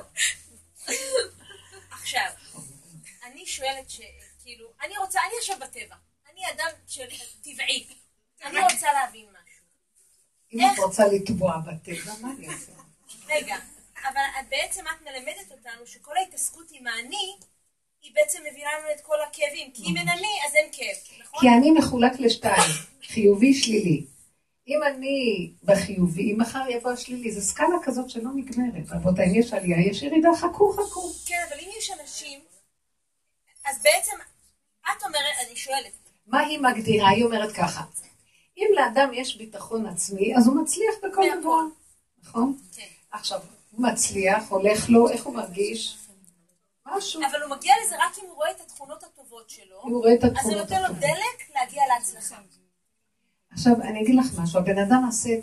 עכשיו, אני שואלת שכאילו, אני יושב בטבע, אני אדם טבעי, אני רוצה להבין משהו. אם את רוצה לטבוע בטבע, מה אני אעשה? רגע, אבל בעצם את מלמדת אותנו שכל ההתעסקות עם האני, היא בעצם מביאה לנו את כל הכאבים, כי אם אין אני, אז אין כאב, נכון? כי אני מחולק לשתיים, חיובי, שלילי. אם אני בחיובי, אם מחר יבוא השלילי, זו סקאלה כזאת שלא נגמרת. רבותיי, אם יש עלייה, יש ירידה, חכו. כן, אבל אם יש אנשים, אז בעצם, את אומרת, אני שואלת. מה היא מגדירה? היא אומרת ככה. אם לאדם יש ביטחון עצמי, אז הוא מצליח בכל דבר. נכון? כן. עכשיו, הוא מצליח, הולך לו, איך הוא מרגיש? משהו. אבל הוא מגיע לזה רק אם הוא רואה את התכונות הטובות שלו. הוא רואה את אז התכונות זה נותן לו דלק להגיע להצלחה. עכשיו, אני אגיד לך משהו, הבן אדם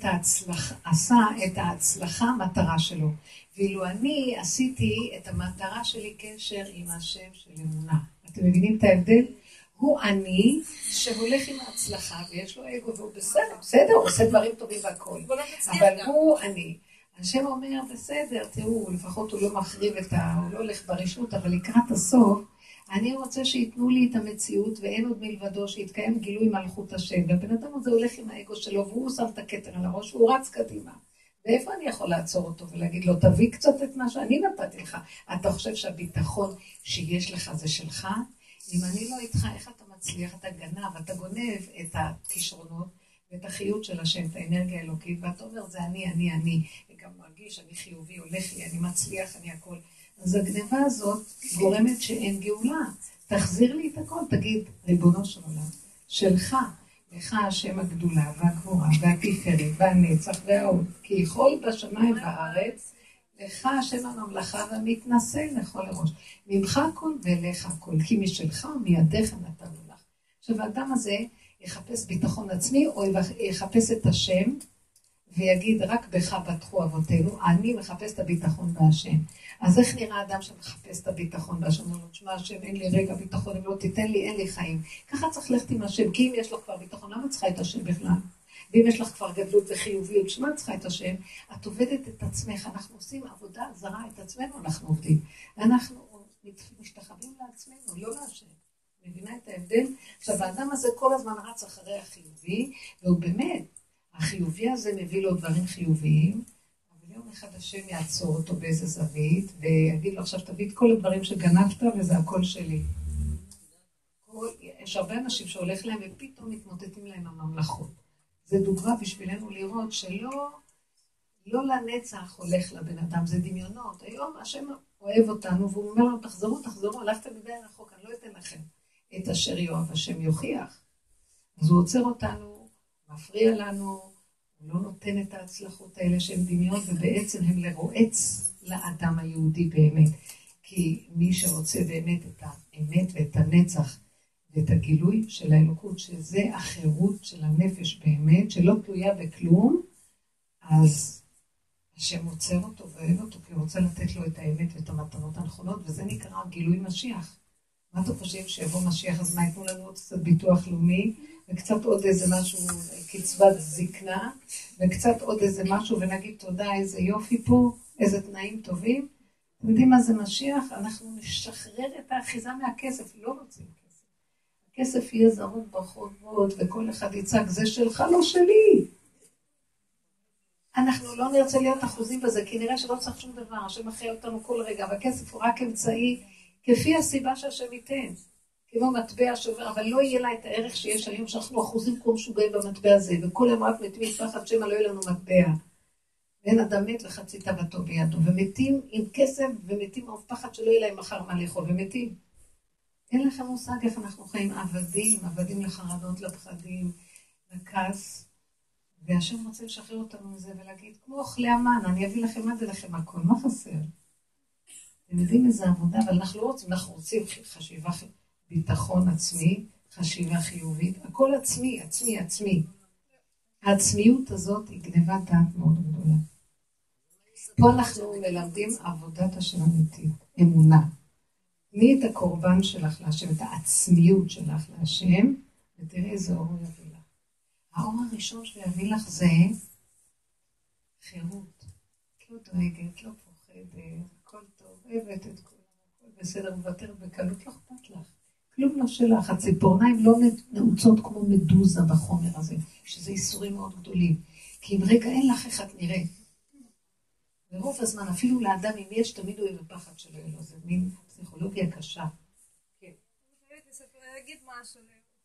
עשה את ההצלחה המטרה שלו, ואילו אני עשיתי את המטרה שלי קשר עם השם של אמונה. אתם מבינים את ההבדל? הוא אני שהולך עם ההצלחה, ויש לו אגו, והוא בסדר, הוא עושה דברים טובים והכל. אבל הוא אני. השם אומר, בסדר, תראו, לפחות הוא לא מחריב הוא לא הולך ברשות, אבל לקראת הסוף, אני רוצה שיתנו לי את המציאות, ואין עוד מלבדו שיתקיים גילוי מלכות השם. והבן אדם הזה הולך עם האגו שלו, והוא שם את הכתר על הראש, והוא רץ קדימה. ואיפה אני יכול לעצור אותו ולהגיד לו, תביא קצת את מה שאני נתתי לך. אתה חושב שהביטחון שיש לך זה שלך? אם אני לא איתך, איך אתה מצליח? אתה גנב, אתה גונב את הכישרונות, ואת החיות של השם, את האנרגיה האלוקית, ואתה אומר, זה אני, וגם מרגיש, אני חיובי, הולך לי, אני מצליח, אני הכל. אז הגניבה הזאת גורמת שאין גאולה. תחזיר לי את הכל, תגיד, ריבונו של עולם, שלך, לך השם הגדולה והגבורה והתפארת והנצח וההוד, כי יכול בשמיים והארץ, לך השם הממלכה והמתנשא לכל הראש. ממך הכל ואליך הכל, כי משלך ומידיך נתנו לך. עכשיו האדם הזה יחפש ביטחון עצמי, או יחפש את השם, ויגיד רק בך בטחו אבותינו, אני מחפש את הביטחון בהשם. אז איך נראה אדם שמחפש את הביטחון בהשם? הוא אומר, תשמע השם, אין לי רגע ביטחון, אם לא תיתן לי, אין לי חיים. ככה צריך ללכת עם השם, כי אם יש לו כבר ביטחון, למה צריכה את השם בכלל? ואם יש לך כבר גדלות וחיוביות, שמה צריכה את השם? את עובדת את עצמך, אנחנו עושים עבודה זרה, את עצמנו אנחנו עובדים. אנחנו משתחווים לעצמנו, לא להשם. מבינה את ההבדל? עכשיו, האדם הזה כל הזמן רץ אחרי החיובי, והוא באמת, החיובי הזה מביא לו דברים חיוביים, אבל יום אחד השם יעצור אותו באיזה זווית, ויגיד לו עכשיו תביא את כל הדברים שגנבת, וזה הכל שלי. יש הרבה אנשים שהולך להם, ופתאום מתמוטטים להם הממלכות. זה דוגמה בשבילנו לראות שלא לנצח הולך לבן אדם, זה דמיונות. היום השם אוהב אותנו, והוא אומר לנו, תחזרו, הלכתם מדי רחוק, אני לא אתן לכם את אשר יאהב השם יוכיח. אז הוא עוצר אותנו, מפריע לנו, הוא לא נותן את ההצלחות האלה שהן דמיון, ובעצם הם לרועץ לאדם היהודי באמת. כי מי שרוצה באמת את האמת ואת הנצח, ואת הגילוי של האלוקות, שזה החירות של הנפש באמת, שלא תלויה בכלום, אז השם עוצר אותו ואוהב אותו, כי הוא רוצה לתת לו את האמת ואת המתנות הנכונות, וזה נקרא גילוי משיח. מה אתם חושבים שיבוא משיח, אז מה יתנו לנו עוד קצת ביטוח לאומי, וקצת עוד איזה משהו, קצבת זקנה, וקצת עוד איזה משהו, ונגיד תודה, איזה יופי פה, איזה תנאים טובים. אתם יודעים מה זה משיח? אנחנו נשחרר את האחיזה מהכסף, לא רוצים כסף. הכסף יהיה זרוק ברחובות, וכל אחד יצעק, זה שלך, לא שלי. אנחנו לא נרצה להיות אחוזים בזה, כי נראה שלא צריך שום דבר, השם מחיה אותנו כל רגע, והכסף הוא רק אמצעי, כפי הסיבה שהשם ייתן. כמו מטבע שובר, אבל לא יהיה לה את הערך שיש היום, שאנחנו אחוזים כמו משוגעים במטבע הזה, וכל יום רק מתים מפחד שמא לא יהיה לנו מטבע. ואין אדם מת וחצי תאוותו בידו, ומתים עם כסף, ומתים עם פחד שלא יהיה להם מחר מה לאכול, ומתים. אין לכם מושג איך אנחנו חיים עבדים לחרדות, לפחדים, לכעס, והשם רוצה לשחרר אותנו מזה ולהגיד, כמו אוכלי המן, אני אביא לכם עד אליכם הכל, מה חסר? אתם יודעים איזה עבודה, אבל אנחנו לא רוצים, אנחנו רוצים חשיבה, ביטחון עצמי, חשיבה חיובית, הכל עצמי. העצמיות הזאת היא גנבת דעת מאוד גדולה. פה אנחנו מלמדים עבודת השם אמיתית, אמונה. תני את הקורבן שלך להשם, את העצמיות שלך להשם, ותראי איזה אור הוא יביא לך. האור הראשון שיביא לך זה חירות. את לא דואגת, לא פוחדת, הכל טוב, אוהבת את כולם, הכל בסדר, מוותרת בקלות, לא אכפת לך. כלום לא שלך, הציפורניים לא נעוצות כמו מדוזה בחומר הזה, שזה איסורים מאוד גדולים. כי אם רגע אין לך איך את נראית. ברוב הזמן, אפילו לאדם אם יש, תמיד הוא יהיה בפחד שלו, אלו, זה מין פסיכולוגיה קשה. כן. אני חייבת להגיד משהו.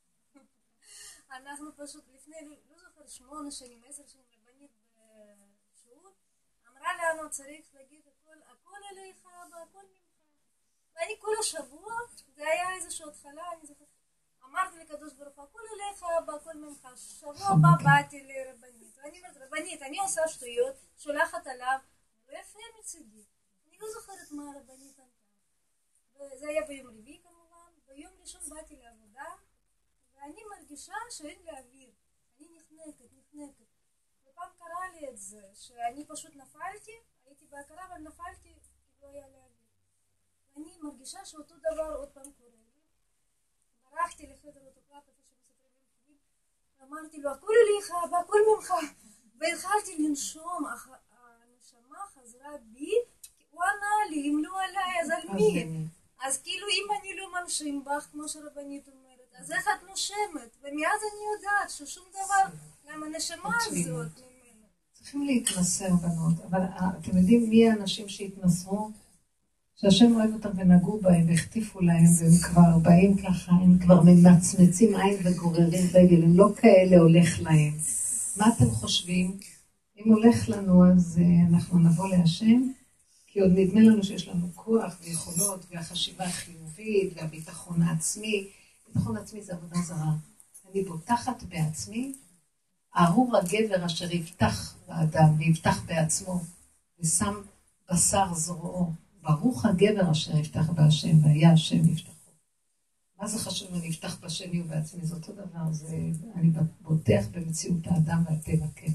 אנחנו פשוט לפני, לא זוכר, 8 שנים, 10 שנים, רבנית בשיעור, אמרה לנו צריך להגיד הכל עליך והכל ממך. ואני כל השבוע, זה היה איזושהי התחלה, אני זוכרת, אמרתי לקדוש ברוך הוא, הכל עליך והכל ממך. שבוע הבא באתי לרבנית, ואני אומרת, רבנית, אני עושה שטויות, שולחת עליו, לא יפה מצידי. אני לא זוכרת מה הרבנית ענתה. וזה היה ביום רביעי כמובן, ביום ראשון באתי לעבודה, ואני מרגישה שאין לי אוויר. אני נחנקת. ופעם קרה לי את זה, שאני פשוט נפלתי, הייתי בהכרה, אבל נפלתי, כי לא היה לי אוויר. ואני מרגישה שאותו דבר עוד פעם קורה לי. ברחתי לחדר אוטוקלף, איפה שמסתרים חובים, ואמרתי לו, הכל עליך, והכל ממך. והתחלתי לנשום, הנשמה חזרה בי, הוא ענה לי, אם לא עליי, אז על מי? אז כאילו אם אני לא מנשים בך, כמו שרבנית אומרת, אז איך את נושמת? ומאז אני יודעת ששום דבר, גם הנשמה הזאת ממנו. צריכים להתמסר בנות, אבל אתם יודעים מי האנשים שהתמסרו? שהשם אוהב אותם ונגעו בהם, והחטיפו להם, והם כבר באים ככה, הם כבר ממצמצים עין וגוררים רגל, הם לא כאלה הולך להם. מה אתם חושבים? אם הולך לנו, אז אנחנו נבוא להשם, כי עוד נדמה לנו שיש לנו כוח ויכולות, והחשיבה החיובית, והביטחון העצמי. ביטחון עצמי זה עבודה זרה. אני בוטחת בעצמי, ארור הגבר אשר יבטח באדם, ויבטח בעצמו, ושם בשר זרועו. ברוך הגבר אשר יבטח בהשם, והיה השם יבטחו. מה זה חשוב אני אבטח בשני ובעצמי? זה אותו דבר, אני בוטח במציאות האדם והטבע, כן.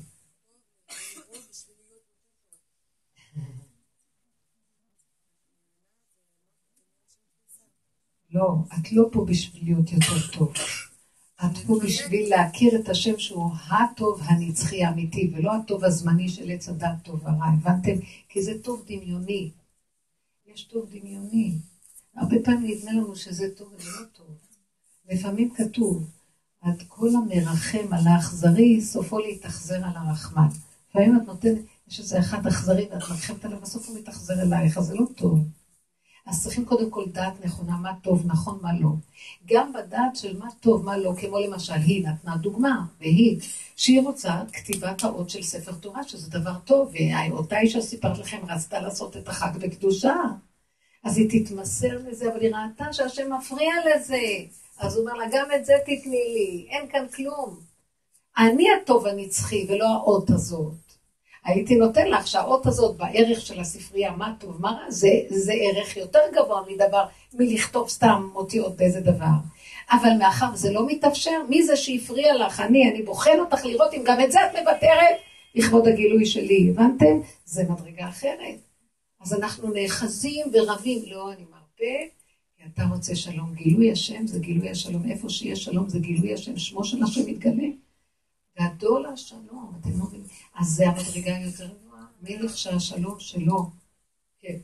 לא, את לא פה בשביל להיות יותר טוב. את פה בשביל להכיר את השם שהוא הטוב הנצחי האמיתי, ולא הטוב הזמני של עץ הדת טוב ורע. הבנתם? כי זה טוב דמיוני. יש טוב דמיוני. הרבה פעמים נדמה לנו שזה טוב וזה לא טוב. לפעמים כתוב, עד כל המרחם על האכזרי, סופו להתאכזר על הרחמן. לפעמים את נותנת, יש איזה אחד אכזרי ואת מרחמת עליו, בסוף הוא מתאכזר אלייך, אז זה לא טוב. אז צריכים קודם כל דעת נכונה, מה טוב, נכון, מה לא. גם בדעת של מה טוב, מה לא, כמו למשל, היא נתנה דוגמה, שהיא רוצה כתיבת האות של ספר תורה, שזה דבר טוב, ואותה אישה סיפרת לכם, רצתה לעשות את החג בקדושה. אז היא תתמסר לזה, אבל היא ראתה שהשם מפריע לזה. אז הוא אומר לה, גם את זה תתני לי, אין כאן כלום. אני הטוב הנצחי, ולא האות הזאת. הייתי נותן לך שהאות הזאת בערך של הספרייה, מה טוב, מה רע, זה ערך יותר גבוה מדבר, מלכתוב סתם אותיות באיזה דבר. אבל מאחר זה לא מתאפשר, מי זה שהפריע לך? אני בוחן אותך לראות אם גם את זה את מבטרת, לכבוד הגילוי שלי, הבנתם? זה מדרגה אחרת. אז אנחנו נאחזים ורבים, לא, אני מרפא, כי אתה רוצה שלום, גילוי השם זה גילוי השלום, איפה שיש שלום זה גילוי השם, שמו של השם מתגלה. גדול השלום, אתם לא מבינים. אז זה המדרגה יותר גבוהה, מלך שהשלום שלו. כן.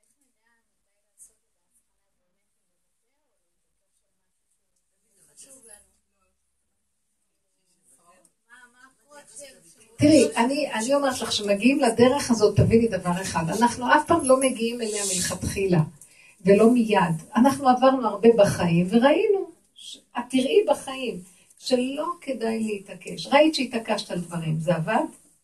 תראי, אני אומרת לך שמגיעים לדרך הזאת, תביני דבר אחד, אנחנו אף פעם לא מגיעים אליה מלכתחילה, ולא מיד. אנחנו עברנו הרבה בחיים, וראינו, את תראי בחיים, שלא כדאי להתעקש. ראית שהתעקשת על דברים, זה עבד?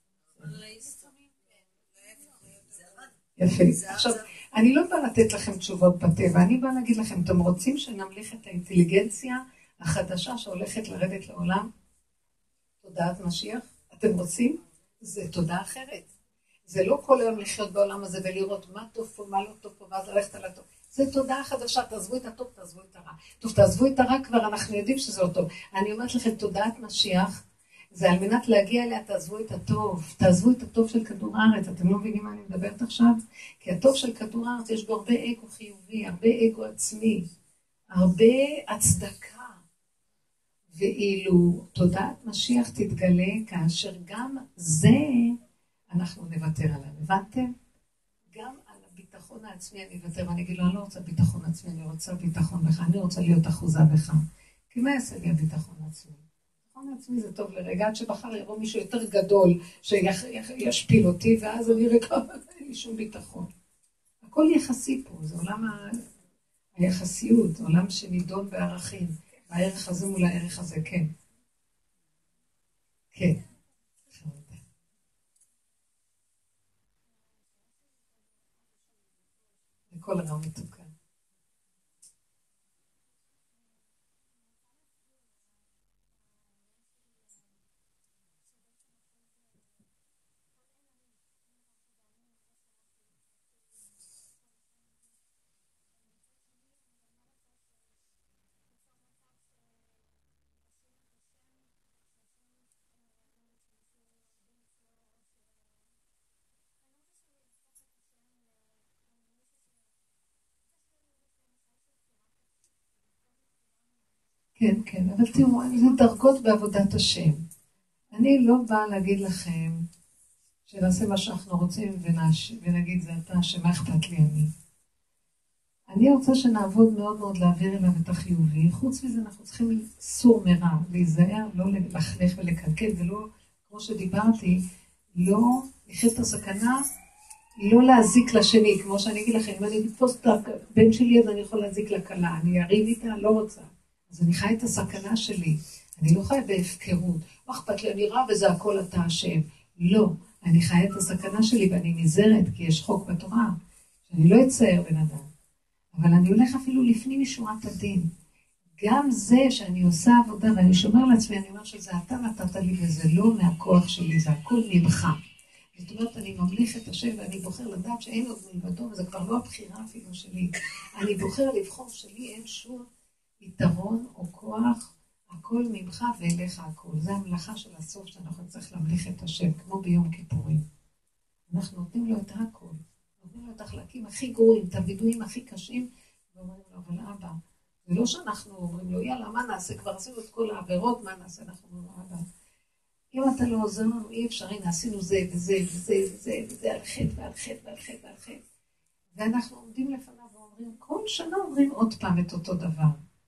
יפה. עכשיו, אני לא באה לתת לכם תשובות בטבע, אני באה להגיד לכם, אתם רוצים שנמליך את האינטליגנציה החדשה שהולכת לרדת לעולם? תודעת משיח? אתם רוצים? זה תודעה אחרת. זה לא כל היום לחיות בעולם הזה ולראות מה טוב פה, מה לא טוב פה, ואז ללכת על הטוב. זה תודעה חדשה, תעזבו את הטוב, תעזבו את הרע. טוב, תעזבו את הרע כבר, אנחנו יודעים שזה לא טוב. אני אומרת לכם, תודעת משיח, זה על מנת להגיע אליה, תעזבו את הטוב. תעזבו את הטוב של כדור הארץ. אתם לא מבינים מה אני מדברת עכשיו? כי הטוב של כדור הארץ יש בו הרבה אגו חיובי, הרבה אגו עצמי, הרבה הצדקה. ואילו תודעת משיח תתגלה כאשר גם זה אנחנו נוותר עליו. הבנתם? גם על הביטחון העצמי אני אוותר, ואני אגיד לו, אני לא רוצה ביטחון עצמי, אני רוצה ביטחון בך, אני רוצה להיות אחוזה בך. כי מה יעשה לי הביטחון העצמי? ביטחון העצמי זה טוב לרגע, עד שבחר יבוא מישהו יותר גדול שישפיל אותי, ואז אני רגע, אין לי שום ביטחון. הכל יחסי פה, זה עולם היחסיות, עולם שנידון בערכים. הערך הזה מול הערך הזה, כן. כן. לכל הרע מתוקן. כן, כן, אבל תראו, זה דרגות בעבודת השם. אני לא באה להגיד לכם שנעשה מה שאנחנו רוצים ונגיד זה אתה, שמה אכפת לי אני. אני רוצה שנעבוד מאוד מאוד להעביר אליו את החיובי. חוץ מזה אנחנו צריכים סור מרע, להיזהר, לא לחנך ולקלקל, ולא, כמו שדיברתי, לא לחיות את הסכנה, לא להזיק לשני, כמו שאני אגיד לכם, אם אני אתפוס את הבן שלי, אז אני יכול להזיק לכלה, אני אריב איתה, לא רוצה. אז אני חי את הסכנה שלי, אני לא חי בהפקרות, מה אכפת לי, אני רע וזה הכל אתה אשם. לא, אני חי את הסכנה שלי ואני נזהרת, כי יש חוק בתורה, שאני לא אצייר בן אדם. אבל אני הולך אפילו לפנים משורת הדין. גם זה שאני עושה עבודה ואני שומר לעצמי, אני אומר שזה אתה נתת לי וזה לא מהכוח שלי, זה הכל ממך. זאת אומרת, אני ממליך את השם ואני בוחר לדעת שאין עוד מלבדו, וזה כבר לא הבחירה אפילו שלי. אני בוחר לבחור שלי, אין שום יתרון או כוח, הכל ממך ואליך הכל. זה המלאכה של הסוף שאנחנו צריכים להמליך את השם, כמו ביום כיפורים. אנחנו נותנים לו את הכל. נותנים לו את החלקים הכי גרועים, את הווידויים הכי קשים, ואומרים לו, אבל אבא, זה לא שאנחנו אומרים לו, יאללה, מה נעשה? כבר עשינו את כל העבירות, מה נעשה? אנחנו אומרים לו, אבא, אם אתה לא עוזר לנו, אי אפשר, הנה, עשינו זה וזה וזה וזה וזה, על חטא ועל חטא ועל חטא ועל חטא. ואנחנו עומדים לפניו ואומרים, כל שנה אומרים עוד פעם את אותו דבר.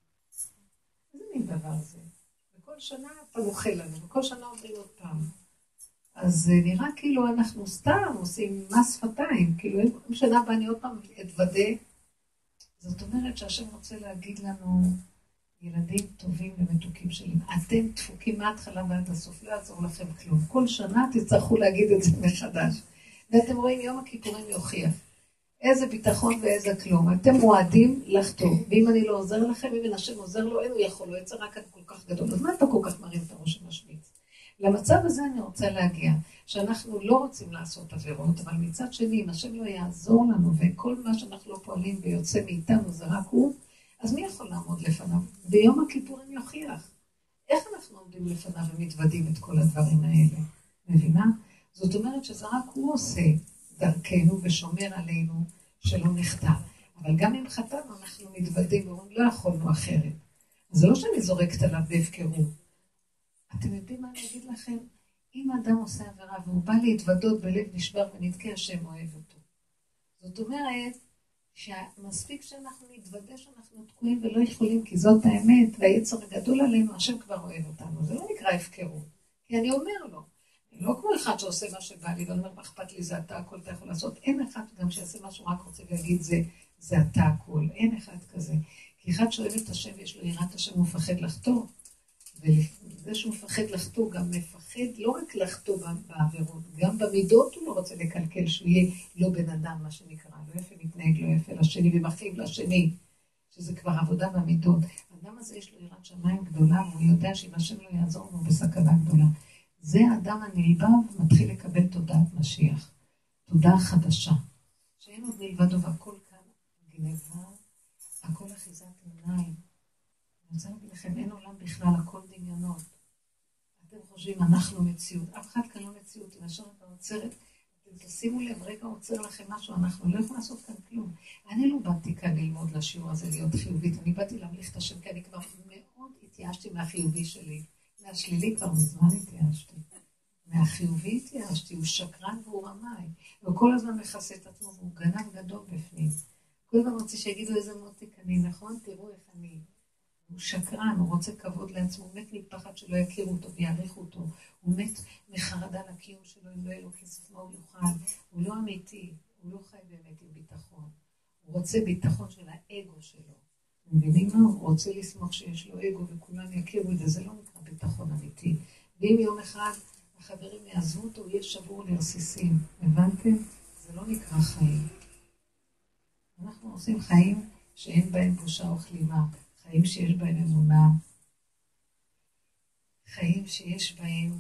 איזה מין דבר זה? וכל שנה אתה מוכל לנו, וכל שנה אומרים עוד פעם. אז נראה כאילו אנחנו סתם עושים מס שפתיים, כאילו אם שנה הבאה אני עוד פעם אתוודה. זאת אומרת שהשם רוצה להגיד לנו, ילדים טובים ומתוקים שלי, אתם דפוקים מההתחלה ועד הסוף, לא יעזור לכם כלום. כל שנה תצטרכו להגיד את זה מחדש. ואתם רואים, יום הכיפורים יוכיח. איזה ביטחון ואיזה כלום. אתם מועדים לחתום. ואם אני לא עוזר לכם, אם השם עוזר לו, אין הוא יכול, הוא יצא רק כל כך גדול. אז מה אתה כל כך מרים את הראש המשמיץ? למצב הזה אני רוצה להגיע, שאנחנו לא רוצים לעשות עבירות, אבל מצד שני, אם השם לא יעזור לנו, וכל מה שאנחנו לא פועלים ויוצא מאיתנו זה רק הוא, אז מי יכול לעמוד לפניו? ביום הכיפורים יוכיח. איך אנחנו עומדים לפניו ומתוודים את כל הדברים האלה? מבינה? זאת אומרת שזה רק הוא עושה דרכנו ושומר עלינו שלא נחטא. אבל גם אם חטאנו אנחנו מתוודים ואומרים לא יכולנו אחרת. אז זה לא שאני זורקת עליו בהפקרות. אתם יודעים מה אני אגיד לכם? אם אדם עושה עבירה והוא בא להתוודות בלב נשבר ונדכה, השם אוהב אותו. זאת אומרת שמספיק שאנחנו נתוודה שאנחנו תקועים ולא יכולים, כי זאת האמת, והיצר הגדול עלינו, השם כבר אוהב אותנו. זה לא נקרא הפקרות. כי אני אומר לו, לא כמו אחד שעושה מה שבא לי, ואומר, מה אכפת לי, זה אתה, הכל אתה יכול לעשות. אין אחד גם שיעשה משהו רק רוצה להגיד, זה אתה הכל. אין אחד כזה. כי אחד שאוהב את השם, יש לו יראת השם, הוא מפחד לחטוא. וזה שהוא מפחד לחטוא, גם מפחד לא רק לחטוא בעבירות, גם במידות הוא לא רוצה לקלקל, שהוא יהיה לא בן אדם, מה שנקרא, לא יפה מתנהג, לא יפה לשני, ומכאיב לשני, שזה כבר עבודה במידות. האדם הזה יש לו יראת שמיים גדולה, והוא יודע שאם השם לא יעזור לו בסכנה גדולה. זה האדם הנלבב מתחיל לקבל תודעת משיח, תודעה חדשה, שאין עוד מלבדו, והכל כאן גנבה, הכל אחיזת עיניים. אני רוצה להגיד לכם, אין עולם בכלל, הכל דמיונות. אתם חושבים, אנחנו מציאות. אף אחד כאן לא מציאות, למשל אתה עוצרת, תשימו לב, רגע עוצר לכם משהו, אנחנו לא יכולים לעשות כאן כלום. אני לא באתי כאן ללמוד לשיעור הזה להיות חיובית, אני באתי להמליך את השם, כי אני כבר מאוד התייאשתי מהחיובי שלי. מהשלילי כבר מזמן התייאשתי. מהחיובי התייאשתי, הוא שקרן והוא רמאי. הוא כל הזמן מכסה את עצמו, והוא גנב גדול בפנים. כל הזמן רוצה שיגידו איזה מותיק אני, נכון? תראו איך אני. הוא שקרן, הוא רוצה כבוד לעצמו, הוא מת מפחד שלא יכירו אותו ויעריכו אותו. הוא מת מחרדה לקיום שלו, אם לא יהיה לו כסף מה הוא יוכל. הוא לא אמיתי, הוא לא חי באמת עם ביטחון. הוא רוצה ביטחון של האגו שלו. מבינים מה? הוא רוצה לסמוך שיש לו אגו וכולם יכירו את זה, זה לא נקרא ביטחון אמיתי. ואם יום אחד החברים יעזבו אותו, הוא יהיה שבור לרסיסים. הבנתם? זה לא נקרא חיים. אנחנו עושים חיים שאין בהם בושה או כלימה. חיים שיש בהם אמונה. חיים שיש בהם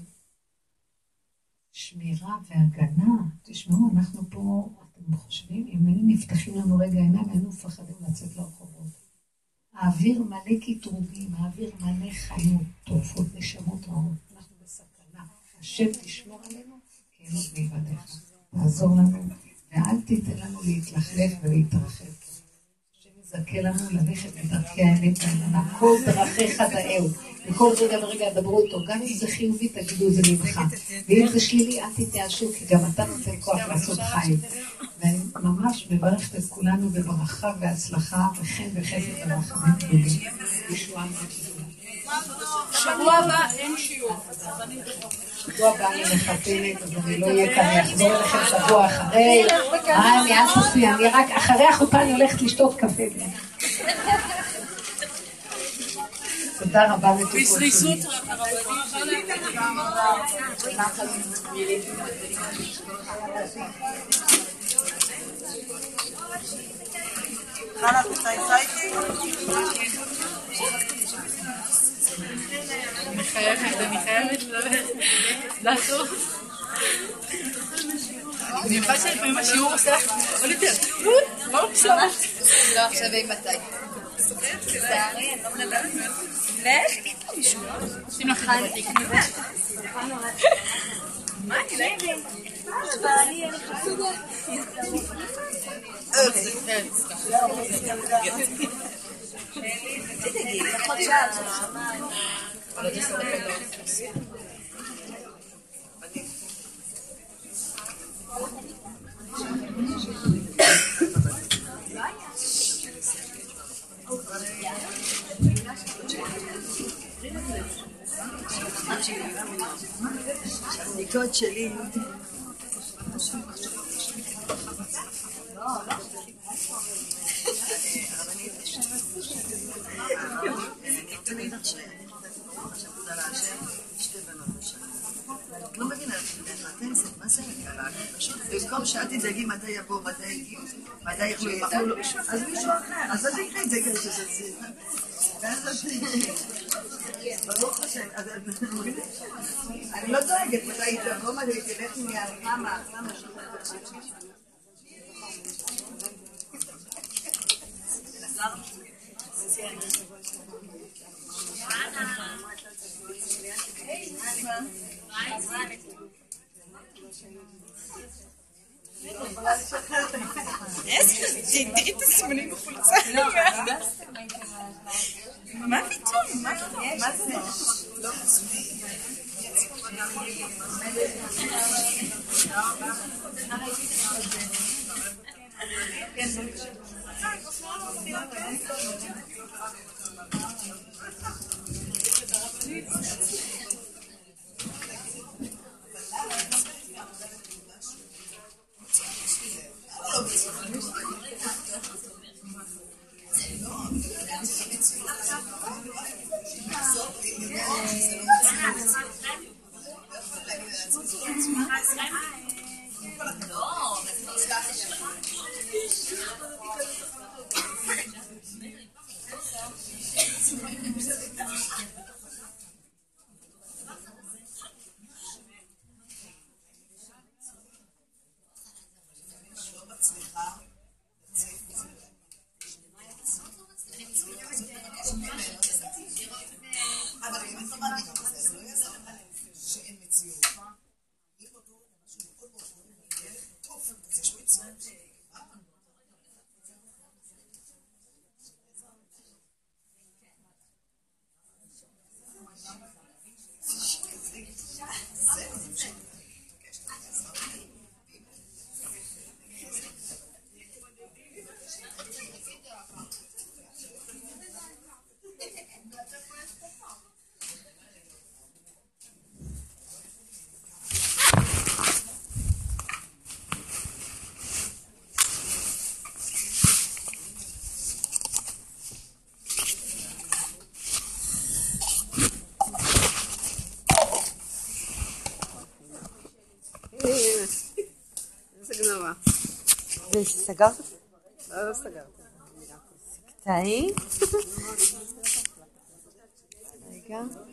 שמירה והגנה. תשמעו, אנחנו פה, אתם חושבים, אם היינו נפתחים לנו רגע עיניים, היינו מפחדים לצאת לרחובות. האוויר מלא קטרוגים, האוויר מלא חיות, טורפות, נשמות רעות. אנחנו בסכנה. השם תשמור עלינו, כי אין עוד מלבדיך. תעזור לנו, ואל תיתן לנו להתלכלך ולהתרחב. השם יזכה לנו ללכת בדרכי האמת והאמונה. כל דרכיך דאהו, וכל רגע ורגע דברו איתו. גם אם זה חיובי, תגידו זה ממך. ואם זה שלילי, אל תתייאשו, כי גם אתה נותן כוח לעשות חיים. ואני ממש מברכת את כולנו בברכה והצלחה וחן וחסד ורחמים גדולים. ישועה מאוד גדולה. שבוע הבא אין שיעור. שבוע הבא אני מחתנת, אז אני לא אהיה כאן, אני אחזור אליכם שבוע אחרי. אני אל תעשי, אני רק אחרי החופה אני הולכת לשתות קפה. תודה רבה מתוקות שלי. חנה תצייצה איתי? אני חייבת לעשות. אני יכולה שלפעמים השיעור עושה עוד יותר. מה עושה? לא, עכשיו עם מתי. לצערי, אני לא מדברת. לך? עושים לך חלק. מה? בעלי, אני חסודה. תגידי, יכול שעה. הבדיקות שלי תמיד עכשיו לא מבינה, מה זה הקלה? פשוט במקום שאת תדאגי מתי יבוא, מתי יגיעו, מתי יוכלו, אז מישהו אחר, אז אל תקרא את זה כזה שזה ואז ברוך השם, אני לא דואגת מתי יתבוא, מתי תלך מהרמה תראי את הסימנים בחולצה. מה פתאום? מה זה? וסגרת? לא סגרת. קטעי. רגע.